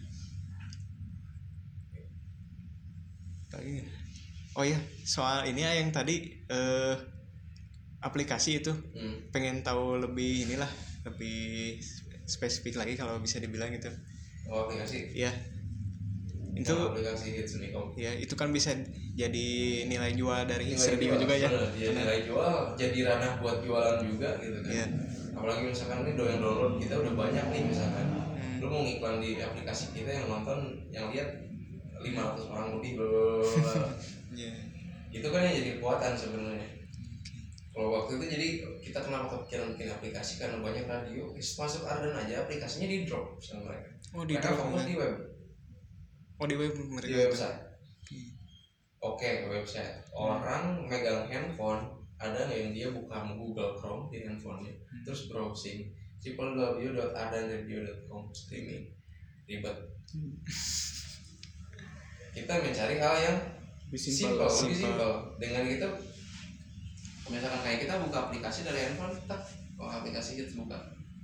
Lagi. Oh iya, soal ini ya yang tadi eh, aplikasi itu Hmm. pengen tahu lebih inilah, lebih spesifik lagi kalau bisa dibilang gitu. Oh, aplikasi. Ya. Itu Oh, aplikasi Hits Unicom. ya itu kan bisa jadi nilai jual dari Nilai radio jual, juga ya. bener. Iya, nilai jual jadi ranah buat jualan juga gitu kan. Iya. Apalagi misalkan nih download download kita udah banyak nih misalkan. Hmm. Lu mau ngiklan di aplikasi kita yang nonton yang lihat lima ratus orang lebih blablabla. Iya. Itu kan yang jadi kekuatan sebenarnya. Kalau waktu itu jadi kita kenapa kepikiran bikin aplikasi karena banyak radio. Masuk Ardan aja aplikasinya di drop sama mereka. Oh di Mereka drop fokus ya? di web, Oh di web di mereka. website. Oke, website. Orang megang handphone, ada nggak yang dia buka Google Chrome di handphonenya, terus browsing w w w dot ardan radio dot com streaming, ribet. Kita mencari hal yang Lebih simple, simpel. lebih simple. simple. Dengan kita, misalkan kayak kita buka aplikasi dari handphone, tak, oh aplikasi kita buka.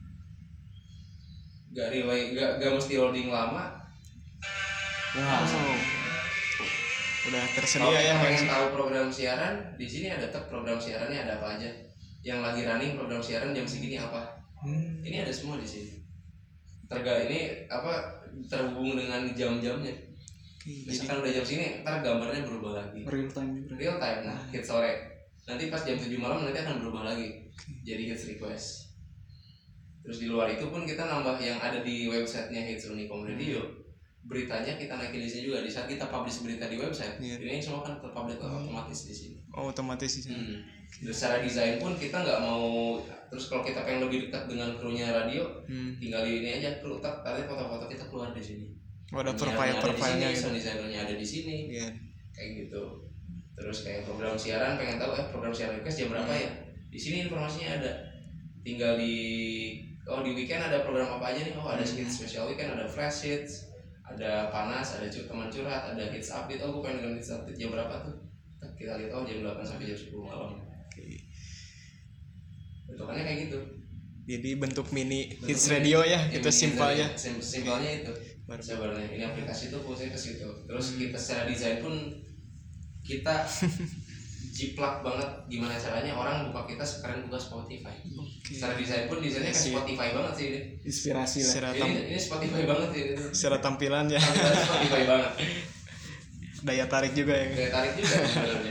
Gak relay, gak, gak mesti loading lama. Wah, Oh. Udah Kalau tersedia kita ya pengen langsung. tahu program siaran, di sini ada tek program siarannya ada apa aja. Yang lagi running program siaran jam segini apa? Hmm. Ini ada semua di sini. Terga ini apa terhubung dengan jam-jamnya. Oke, jadi Misalkan udah jam sini, ntar gambarnya berubah lagi. Real time juga. Real time, nah hit sore. Nanti pas jam tujuh malam nanti akan berubah lagi. Jadi hits request. Terus di luar itu pun kita nambah yang ada di websitenya Hits Unicom Radio. Beritanya kita naikin di sini juga. Di saat kita publish berita di website, Iya. ini semua kan terpublish otomatis di sini. oh, otomatis sih. Hmm. Dan secara desain pun kita nggak mau. Terus kalau kita pengen lebih dekat dengan krunya radio, Hmm. tinggal di ini aja kru tak tadi foto-foto kita keluar di sini. Oh, ada Penyiarnya profile ada di profilenya sini, gitu. sound designernya ada di sini, Iya. kayak gitu. Terus kayak program siaran pengen tahu eh program siaran request jam berapa ya? Di sini informasinya ada. Tinggal di oh di weekend ada program apa aja nih? Oh ada hits special weekend, ada flash hits, ada panas, ada cu- teman curhat, ada hits update. Oh gue pengen dengerin hits update jam berapa tuh? Kita lihat oh jam delapan sampai jam sepuluh malam. Oke. Bentukannya kayak gitu. Jadi bentuk mini Bentuk hits mini. radio ya, Ya, itu mini simpelnya. hits radio. Sim- simpelnya itu. Baru- Sebenarnya ini aplikasi itu fungsinya ke situ. Terus Hmm. kita secara desain pun kita jiplak banget gimana caranya orang buka kita sekarang buka Spotify. Oke. Secara desain pun desainnya kayak Iya sih. Spotify banget sih ini. Inspirasi lah. Secara, Ini, tam ini Spotify banget sih. Ini. secara tampilan ya, Tampilannya Spotify banget. daya tarik juga ya. Daya tarik juga sebenarnya.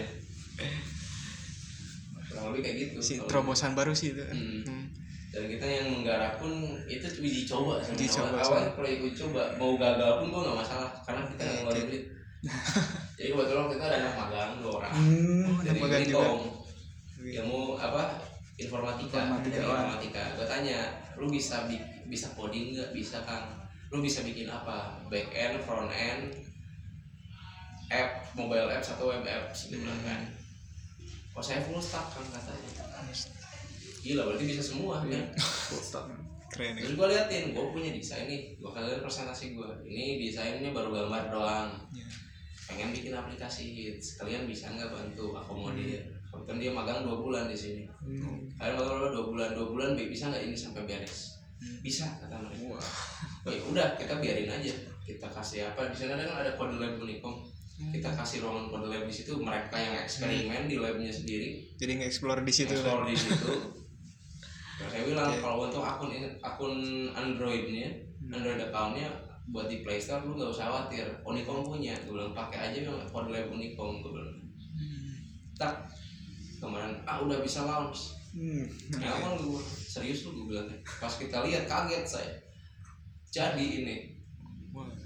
Kurang lebih kayak gitu. Si Kalau- terobosan baru sih itu. Hmm. Hmm. Dan kita yang menggarap pun itu uji coba sebenarnya. Uji coba, Awal- awalnya proyek uji coba mau gagal pun gue nggak masalah karena kita nggak ngeluarin Oke. duit. Jadi kebetulan kita ada anak magang dua orang. Hmm. Oh, ada Dari magang juga. Unicom. Ilmu apa? Informatika. Informatika. Dari informatika. Gue tanya, lu bisa bi- bisa coding nggak? Bisa Kang. Lu bisa bikin apa? Back end, front end, app, mobile apps atau web apps gitu kan. Oh saya full stack Kang katanya. Gila berarti bisa semua Iya. kan? Full stack. Keren ya. Terus gue liatin, gue punya desain nih, gue kalian presentasi gue. Ini desainnya baru gambar doang. Iya. Pengen bikin aplikasi hits, kalian bisa nggak bantu akomodir? Kebetulan dia magang dua bulan di sini. Hmm. Kalian magang dua bulan, dua bulan Bi, bisa nggak ini sampai beres? Bisa kata mereka. Wah. Oh, ya udah kita biarin aja. Kita kasih apa? Di sana kan ada kode lab Unicom. Kita kasih ruangan kode lab di situ. Mereka yang eksperimen di labnya sendiri. Jadi nge-explore di situ. Explore di situ. Nah, saya bilang Oke. kalau untuk akun ini akun Androidnya, Android accountnya buat di Play Store lu nggak usah khawatir. Unicom punya, gue bilang pakai aja yang kode lab Unicom, gue bilang. Tak kemarin ah udah bisa launch. Hmm. Ya kan gue serius lu gue bilang. Pas kita lihat kaget saya. Jadi ini Wah.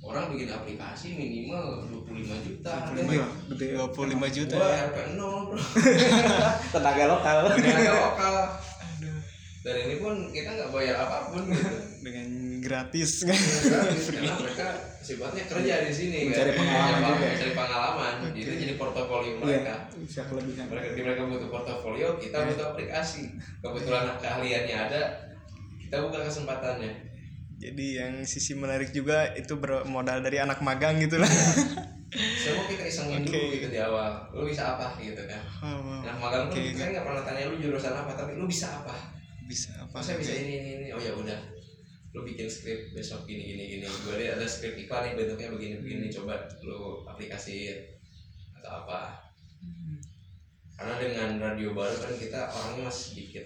orang bikin aplikasi minimal dua puluh lima juta Iya, gede. dua puluh lima juta gua ya. R P nol bro. Tenaga lokal. Tenaga lokal. Aduh, Dan ini pun kita nggak bayar apapun gitu. dengan gratis kan. Gratis, karena mereka sifatnya kerja di sini Mencari kan. pengalaman Mencari- juga. mencari pengalaman. Itu jadi portofolio Iya, mereka. bisa kelebihan. Mereka mereka butuh portofolio, kita Iya. butuh aplikasi. Kebetulan keahliannya ada, kita buka kesempatannya. Jadi yang sisi menarik juga itu bermodal dari anak magang gitu lah. Semua kita isengin Oke. dulu gitu di awal. Lu bisa apa gitu kan? Oh, wow. Nah magang pun Oke, saya nggak pernah tanya lu jurusan apa, tapi lu bisa apa? bisa apa? Oh, saya bisa ini ini ini. Oh ya udah. Lu bikin skrip besok gini gini gini. Gue lihat ada skrip iklan nih bentuknya begini begini. Coba lu aplikasiin atau apa? Karena dengan radio baru kan kita orangnya masih sedikit.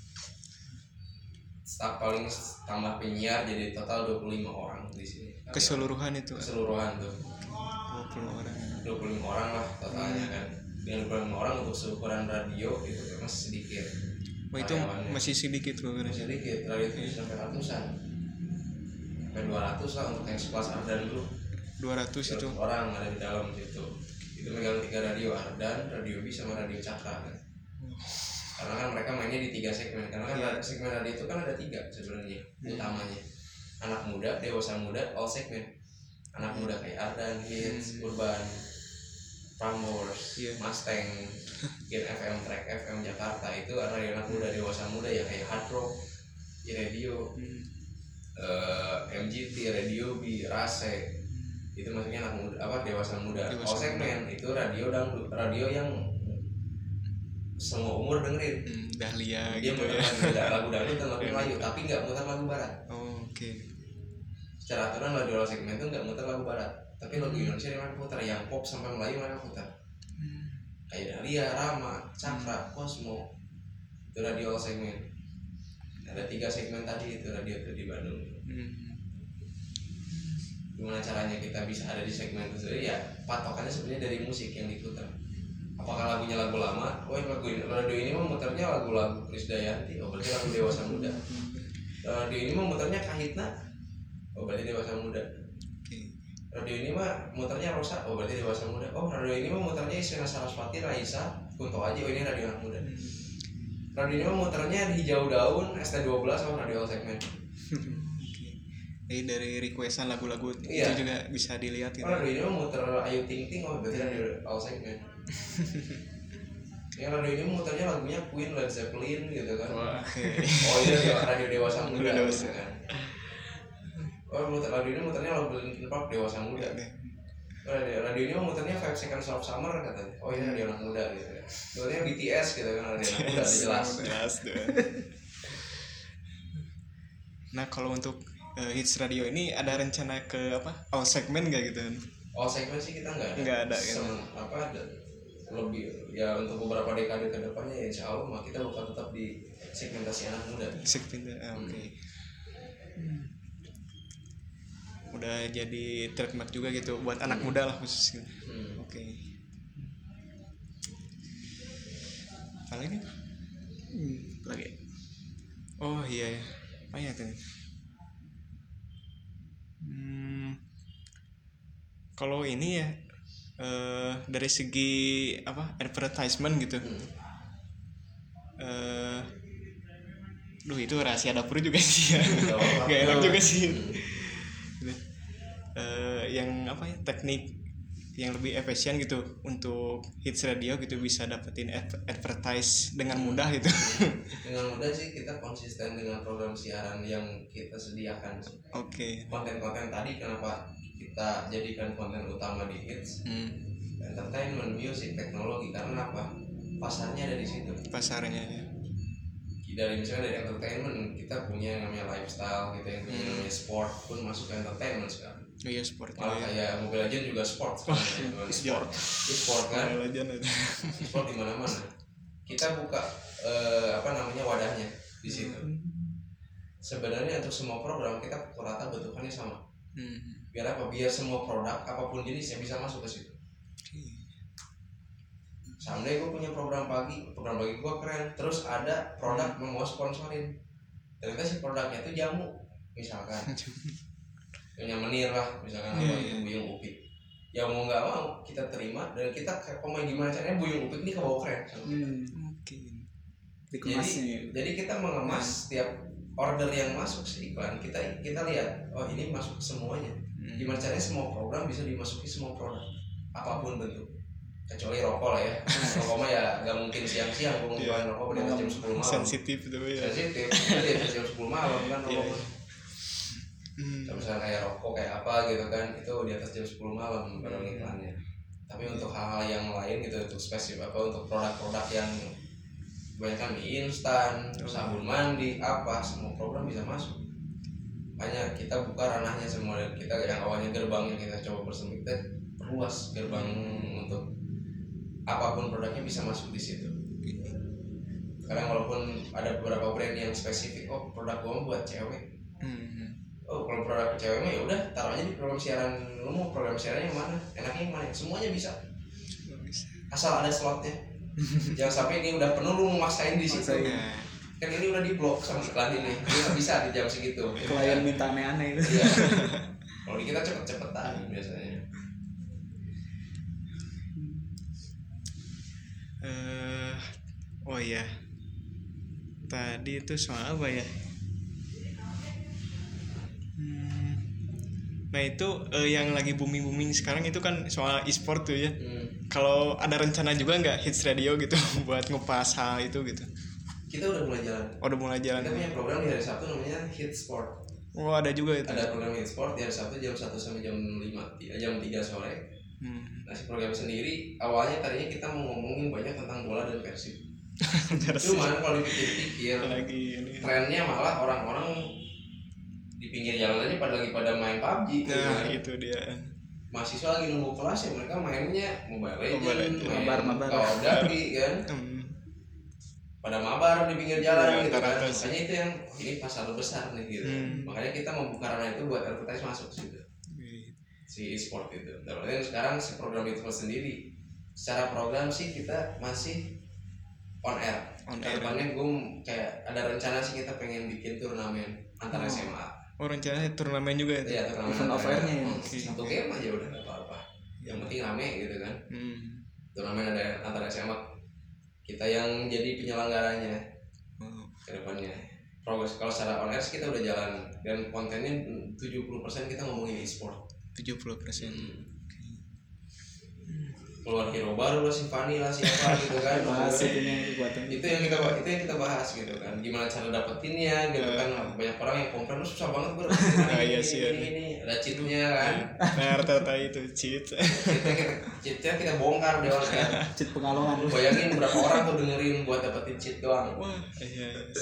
Staf paling tambah penyiar jadi total dua puluh lima orang di sini. Keseluruhan itu Keseluruhan tuh dua puluh orang. dua puluh lima orang lah totalnya kan. Dengan dua puluh lima orang untuk seukuran radio itu kan masih sedikit. Wah, itu Karyawannya. masih sedikit loh Masih rasanya. sedikit, radio itu bisa sampai ratusan. Sampai dua ratus lah untuk yang sekelas Ardan dulu. dua ratus itu. dua ratus orang ada di dalam situ. Itu megang tiga radio Ardan, radio B sama radio Cakra kan. Karena kan mereka mainnya di tiga segmen. Karena kan Iya. segmen radio itu kan ada tiga sebenarnya Hmm. utamanya. Anak muda, dewasa muda, all segmen. Anak muda kayak Ardan, Hits, Hmm. Urban, Prambors, Iya. Mustang, Gen F M, Track F M Jakarta itu radio anak muda, dewasa muda ya kayak Hard Rock, Radio, Hmm. eh, M G T, Radio B, Rase. Itu maksudnya anak muda apa dewasa muda. Dewasa All segmen itu radio dangdut, radio yang semua umur dengerin. Hmm, Dahlia Dia gitu muter ya. lagu, lagu dangdut dan lagu Melayu, tapi nggak muter lagu barat. Oh, oke. Secara aturan radio all segmen itu nggak muter lagu barat, tapi lagu Indonesia yang mereka putar, yang pop sampai Melayu mereka putar. Hmm. Kayak Dahlia, Rama, Cakra, Cosmo. Itu radio all segmen. Ada tiga segmen tadi itu radio itu di Bandung. Hmm. Gimana caranya kita bisa ada di segmen itu sendiri ya patokannya sebenarnya dari musik yang diputar. Apakah lagunya lagu lama? Oh lagu ini, radio ini mah muternya lagu-lagu Krisdayanti, oh berarti lagu dewasa muda. Radio ini mah muternya Kahitna, oh berarti dewasa muda. Oke. Radio ini mah muternya Rosa, oh berarti dewasa muda. Oh radio ini mah muternya Isyana Saraswati, Raisa, Kunto Aji, oh ini radio anak muda. Hmm. Radio ini mah muternya Hijau Daun, S T dua belas, oh radio all segmen. Oke. Jadi dari requestan lagu-lagu Iya. itu juga bisa dilihat gitu. Oh radio ini mah muter Ayu Ting Ting, oh berarti radio all segmen. Yang radio ini muternya lagunya Queen, Led Zeppelin gitu kan. Wah, oke. Oh iya radio dewasa muda Radio dewasa. gitu kan. Oh muter radio ini muternya lagu Linkin Park dewasa muda. Oke. Oh, radio, radio ini muternya Five Seconds of Summer katanya. Oh ini radio anak muda gitu ya. Muternya B T S gitu kan radio anak muda jelas. Jelas tuh. Nah, kalau untuk eh, hits radio ini ada rencana ke apa? All segmen nggak gitu kan? Oh segmen sih kita nggak ada. Nggak ada, gitu. Sem- apa ada lebih ya untuk beberapa dekade ke depannya ya insya Allah mah kita bakal tetap di segmentasi anak muda. Segmen ah, oke. Udah jadi trademark juga gitu buat anak muda lah khusus gitu. Hmm. Oke. Apa lagi? Hmm, lagi. Oh iya ya. Apa ya tuh? Hmm, kalau ini ya eh, dari segi apa advertisement gitu. Hmm. Eh, duh itu rahasia dapur juga sih ya. Nggak apa-apa. Gak enak juga sih. Hmm. Gitu. Eh, yang apa ya teknik yang lebih efisien gitu untuk hits radio gitu bisa dapetin ad- advertise dengan mudah gitu. Dengan mudah sih kita konsisten dengan program siaran yang kita sediakan. Oke. Konten-konten tadi kenapa kita jadikan konten utama di hits, Hmm, entertainment, music, teknologi karena apa? Pasarnya ada di situ. pasarnya ya. Dari misalnya dari entertainment kita punya yang namanya lifestyle, kita yang punya Hmm. namanya sport pun masuk ke entertainment sekarang. Oh iya sport Malah ya. kayak Mobile Legends juga sport. sekarang, ya. Sport, sport kan? Mobile Legends ada. Sport di mana-mana. Kita buka eh, apa namanya wadahnya di situ. Sebenarnya untuk semua program kita pukul rata bentukannya sama. Hmm. Biar apa? Biar semua produk apapun jenisnya bisa masuk ke situ. Someday gue punya program pagi, program pagi gue keren. Terus ada produk yang mau sponsorin. Ternyata si produknya itu jamu, misalkan. punya Menir lah misalkan Iya, apa iya. itu Buyung Upik. Ya mau nggak mau kita terima dan kita kayak pemain gimana caranya Buyung Upik ini kebawa keren. Hmm. Mungkin. Dikemasnya Jadi ya. jadi kita mengemas setiap order yang masuk ke iklan kita kita lihat oh ini masuk ke semuanya. Hmm. Gimana caranya semua program bisa dimasuki semua produk apapun bentuk kecuali rokok lah ya. Rokok mah ya nggak mungkin siang-siang gue Iya. jualan rokok pada jam sepuluh malam. Sensitif itu ya. Sensitif. Kita di atas jam sepuluh malam kan Iya, rokok. iya. Hmm. Kalau misalnya kayak rokok kayak apa gitu kan itu di atas jam sepuluh malam padahal iklannya. Tapi untuk hal-hal yang lain gitu untuk spesifik apa untuk produk-produk yang kebanyakan mie instan, sabun mandi, apa semua program bisa masuk. Makanya kita buka ranahnya semua dan kita yang awalnya gerbang yang kita coba persempit kita perluas gerbang untuk apapun produknya bisa masuk di situ. Sekarang walaupun ada beberapa brand yang spesifik, oh produk gua buat cewek. Hmm. Oh kalau produk cewek mah ya udah taruh aja di program siaran. Lu mau program siarannya yang mana? Enaknya yang mana? Semuanya bisa. Asal ada slotnya. Jangan sampai ini udah penuh lu maksain di situ. Maksain. Nah, Kan ini udah di blok sama iklan ini. Ini nggak bisa di jam segitu. Klien minta aneh-aneh itu. Iya. Kalau di kita cepet-cepetan biasanya. eh oh ya. Tadi itu soal apa ya? Hmm. Nah itu eh, yang lagi booming-booming sekarang itu kan soal e-sport tuh ya. Hmm. Kalau ada rencana juga nggak Hits Radio gitu buat ngepas hal itu gitu? Kita udah mulai jalan. Oh, udah mulai jalan. Kita punya program di hari Sabtu namanya Hit Sport. Oh ada juga itu. Ada program Hit Sport di hari Sabtu jam satu sampai jam lima, jam tiga sore. Hmm. Nah si program sendiri awalnya tadinya kita mau ngomongin banyak tentang bola dan Persib. Terus Cuman kalau dipikir-pikir lagi ini. trennya malah orang-orang di pinggir jalan aja pada lagi pada main P U B G gitu Nah kan. itu dia. Mahasiswa lagi nunggu kelas ya mereka mainnya Mobile Legends, Mobile Legends. main Mabar, mabar. Call of Duty kan. Hmm. Pada mabar di pinggir jalan Ya, gitu kan. rata-rata sih. Makanya itu yang oh, ini pasar besar nih gitu. Hmm. Makanya kita membuka ranah itu buat advertise masuk situ. Si e-sport itu. Dan sekarang si program itu sendiri secara program sih kita masih on air. On air. Kedepannya gue kayak ada rencana sih kita pengen bikin turnamen antar Oh. S M A. Oh rencananya turnamen juga itu. Iya turnamen. Event antar- off-airnya ya? Hmm, Satu game aja udah gak apa-apa. Yang penting rame gitu kan. Hmm. Turnamen ada antar S M A. Kita yang jadi penyelenggaranya Oh. kedepannya. Progres kalau secara on air sih kita udah jalan dan kontennya tujuh puluh persen kita ngomongin e-sport. tujuh puluh persen. Keluar hero baru lah si Fanny lah siapa gitu kan. Bahas itunya buatan itu yang kita itu yang kita bahas gitu kan gimana cara dapetinnya gitu kan banyak orang yang komplain lu susah banget bro Ah, ini, iya sih, ini, ini ada cheatnya kan Nah rata-rata itu cheat. cheatnya kita cheatnya kita bongkar deh kan cheat pengalongan. bayangin berapa orang tuh dengerin buat dapetin cheat doang Wah iya. iya.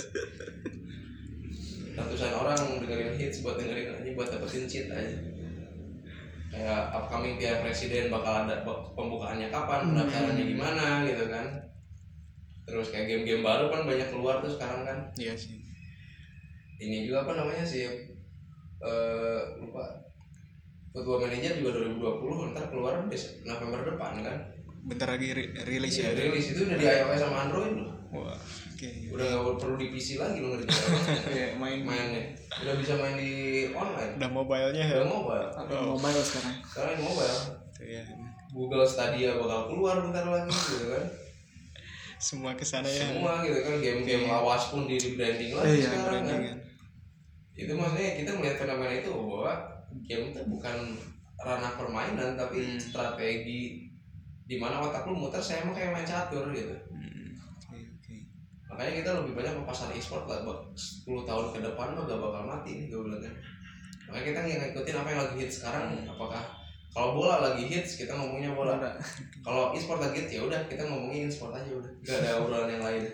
ratusan orang dengerin hits buat dengerin aja buat dapetin cheat aja kayak upcoming pihak presiden bakal ada pembukaannya kapan pendaftarannya gimana gitu kan terus kayak game-game baru kan banyak keluar tuh sekarang kan Iya sih. ini juga apa namanya sih eh lupa Football Manager juga dua ribu dua puluh ntar keluar besok November depan kan Bentar lagi ri- rilis ya ya. rilis itu udah di iOS sama Android loh Wah oke. udah nggak perlu di P C lagi lo ngerjain Kayak main mainnya udah bisa main di online Udah mobilenya ya. udah mobile oh. mobile sekarang. sekarang ini mobile Tuh ya. Google Stadia bakal keluar bentar lagi gitu kan Semua kesana ya. semua gitu kan game-game Oke. lawas pun di branding lagi Eh, iya, sekarang kan Branding kan. itu maksudnya kita melihat fenomena itu bahwa game itu bukan ranah permainan tapi Hmm. strategi di mana otak lu muter saya emang kayak main catur gitu Hmm. Oke oke. makanya kita lebih banyak ke pasar e-sport lah bak- sepuluh tahun ke depan mah gak bakal mati nih gue bilang kan makanya kita ngikutin apa yang lagi hits sekarang apakah kalau bola lagi hits kita ngomongnya bola kalau e-sport lagi hits ya udah kita ngomongin e-sport aja udah gak ada obrolan yang lain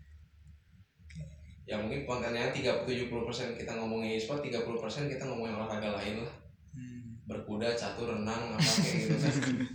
ya mungkin kontennya tiga puluh tujuh puluh persen kita ngomongin e-sport tiga puluh persen kita ngomongin olahraga lain lah Hmm. berkuda catur renang apa kayak gitu kan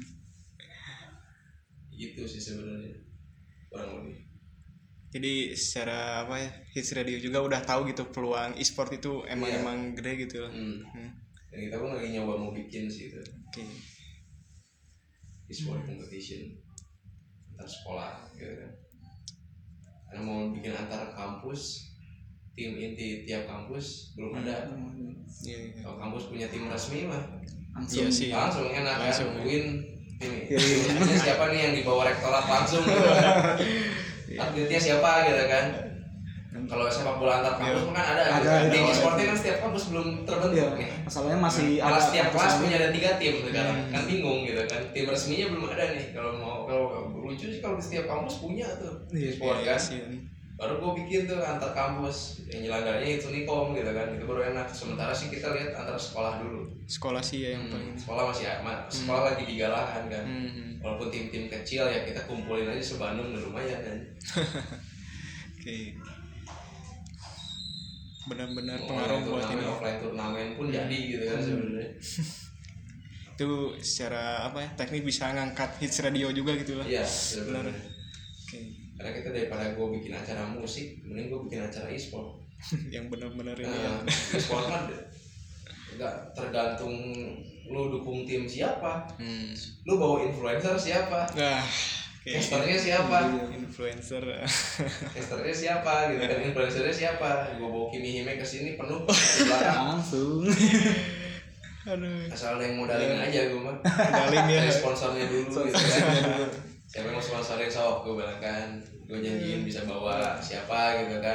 gitu sih sebenarnya kurang lebih Jadi secara apa ya Hits Radio juga udah tahu gitu peluang e-sport itu emang Iya. emang gede gitu lah. hmm. Hmm. dan kita pun lagi nyoba mau bikin sih itu Oke. e-sport competition antar sekolah gitu kan karena mau bikin antar kampus tim inti tiap kampus belum ada. Iya, iya. Kalau kampus punya tim resmi mah Langsung. Iya sih. langsung enak kan, Langsung. win tim Iya, iya. timnya siapa nih yang dibawa rektorat langsung gitu kan. Atletnya siapa gitu kan. Kalau sepak bola antar kampus mah kan ada, Ada, gitu. ada. Tim e-sportnya kan setiap kampus belum terbentuk Iya. nih. Masalahnya masih Malah ada setiap kelas keputusan. punya ada tiga tim sekarang, Hmm. kan bingung gitu kan. Tim resminya belum ada nih. Kalau mau kalau lucu sih kalau di setiap kampus punya tuh Iya, e-sport Iya kan. sih. Baru gue bikin tuh antar kampus yang nyelenggaranya itu Nikom gitu kan, itu baru enak. Sementara sih kita lihat antar sekolah dulu. Sekolah sih ya yang Hmm, paling. sekolah masih ama, sekolah lagi digalakan kan. Hmm. Walaupun tim-tim kecil ya kita kumpulin aja se-Bandung udah lumayan kan. Oke. Benar-benar Mau pengaruh online buat turnamen, ini. offline turnamen pun jadi gitu kan sebenarnya. Itu secara apa ya? Teknik bisa ngangkat hits radio juga gitu lah. Iya, Benar. benar. Oke. Karena kita daripada gue bikin acara musik, mending gue bikin acara e-sport. Yang benar-benar ini ya. Nah, e-sport kan nggak tergantung lu dukung tim siapa, Hmm. lu bawa influencer siapa, Nah, oke. casternya siapa, Influencer. casternya siapa gitu kan, influencernya siapa. Gue bawa Kimi Hime ke sini penuh di belakang. Langsung. Aduh. Asal ada yang modalin aja gue mah. Kenalin ya. Cari sponsornya dulu gitu kan. Siapa yang mau sponsorin sok gue bilang kan, gue janjiin bisa bawa siapa gitu kan.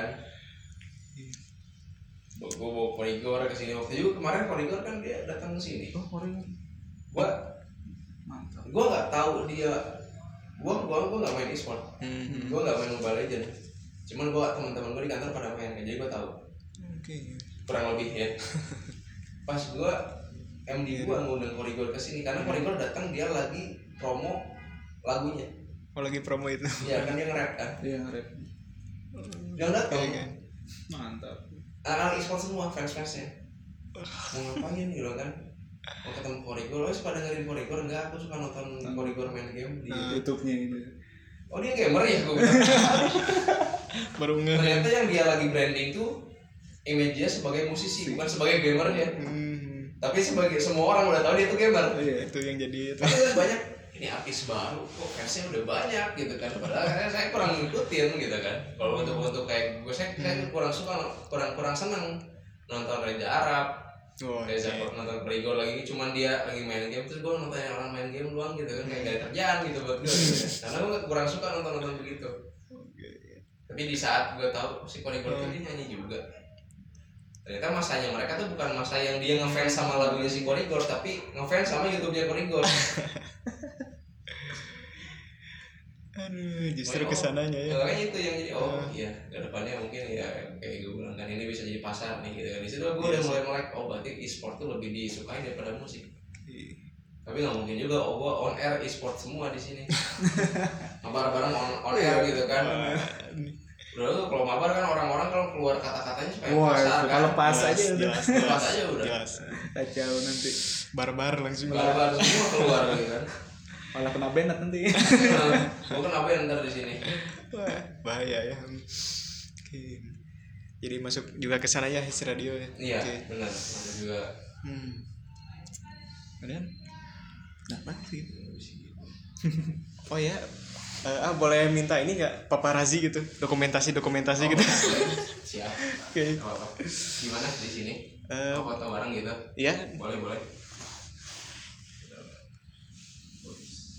Gue bawa Korigor ke sini waktu itu kemarin Korigor kan dia datang ke sini. Oh, orang Gue mantap. gue nggak tahu dia, gue gue gue nggak main e-sport, Hmm. gue nggak main Mobile Legend. Cuman gue teman-teman gue di kantor pada main, jadi gue tahu Oke. kurang lebih ya. Pas gue M D gue ngundang Korigor ke sini karena Korigor datang dia lagi promo lagunya. Oh lagi promo itu. Iya kan dia nge-rap kan. Iya, rap. Yang datang Oke. Mantap. anak-anak e-sport semua fans-fansnya. Mau ngapain gitu kan? Mau ketemu Korigor, lo suka dengerin Korigor enggak? Aku suka nonton Korigor main game di Di YouTube-nya itu. Oh dia gamer ya gue bilang. Baru nge. Ternyata yang dia lagi branding tuh image dia sebagai musisi, bukan sebagai gamer dia. Hmm. Tapi sebagai semua orang udah tahu dia tuh gamer. Iya. Itu yang jadi itu. Tapi kan banyak ini artis baru, kok fansnya udah banyak gitu kan. Padahal saya, saya kurang ngikutin gitu kan. Kalau untuk untuk kayak gue saya, saya kurang suka, kurang kurang seneng nonton Reza Arab. Oh, Reza oke. nonton Korigor lagi, cuman dia lagi main game terus gue nonton yang orang main game doang gitu kan, kayak gak ada kerjaan gitu buat gue gitu kan. Karena gue kurang suka nonton nonton begitu. Tapi di saat gue tahu si Korigor itu dia nyanyi juga. Ternyata masanya mereka tuh bukan masa yang dia ngefans sama lagunya si Korigor, tapi ngefans sama YouTube-nya Korigor. Aduh, justru Oh, kesananya ya. Makanya itu yang jadi oh iya ke depannya mungkin ya kayak gue bilang kan ini bisa jadi pasar nih gitu kan. Di situ gue udah mulai melek oh berarti e-sport tuh lebih disukai daripada musik. Tapi nggak mungkin juga oh gue on air e-sport semua di sini. Mabar bareng on, on air gitu kan. Udah tuh kalau mabar kan orang-orang kalau keluar kata-katanya supaya Wah, pasar itu kan. kalau pas Jelas, aja udah. jelas, Pas jelas, aja udah. jelas. Kacau nanti. Barbar langsung. Barbar semua keluar gitu kan. Malah kena banned nanti. Gue kan apa ntar di sini. Wah, bahaya ya. Oke. Jadi masuk juga ke sana ya hits radio ya. Iya Oke. benar. Ada juga. Hmm. Kemudian Dapat sih. oh ya eh, ah boleh minta ini nggak paparazi gitu dokumentasi dokumentasi Oh, gitu. boleh. Siap. Oke. Apa-apa. Gimana di sini? Eh, Mau foto bareng gitu? ya Boleh boleh.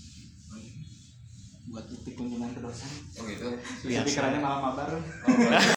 Buat bukti kunjungan ke dosen. Oh gitu. Bisa Biasa. pikirannya malah mabar. Oh, boleh.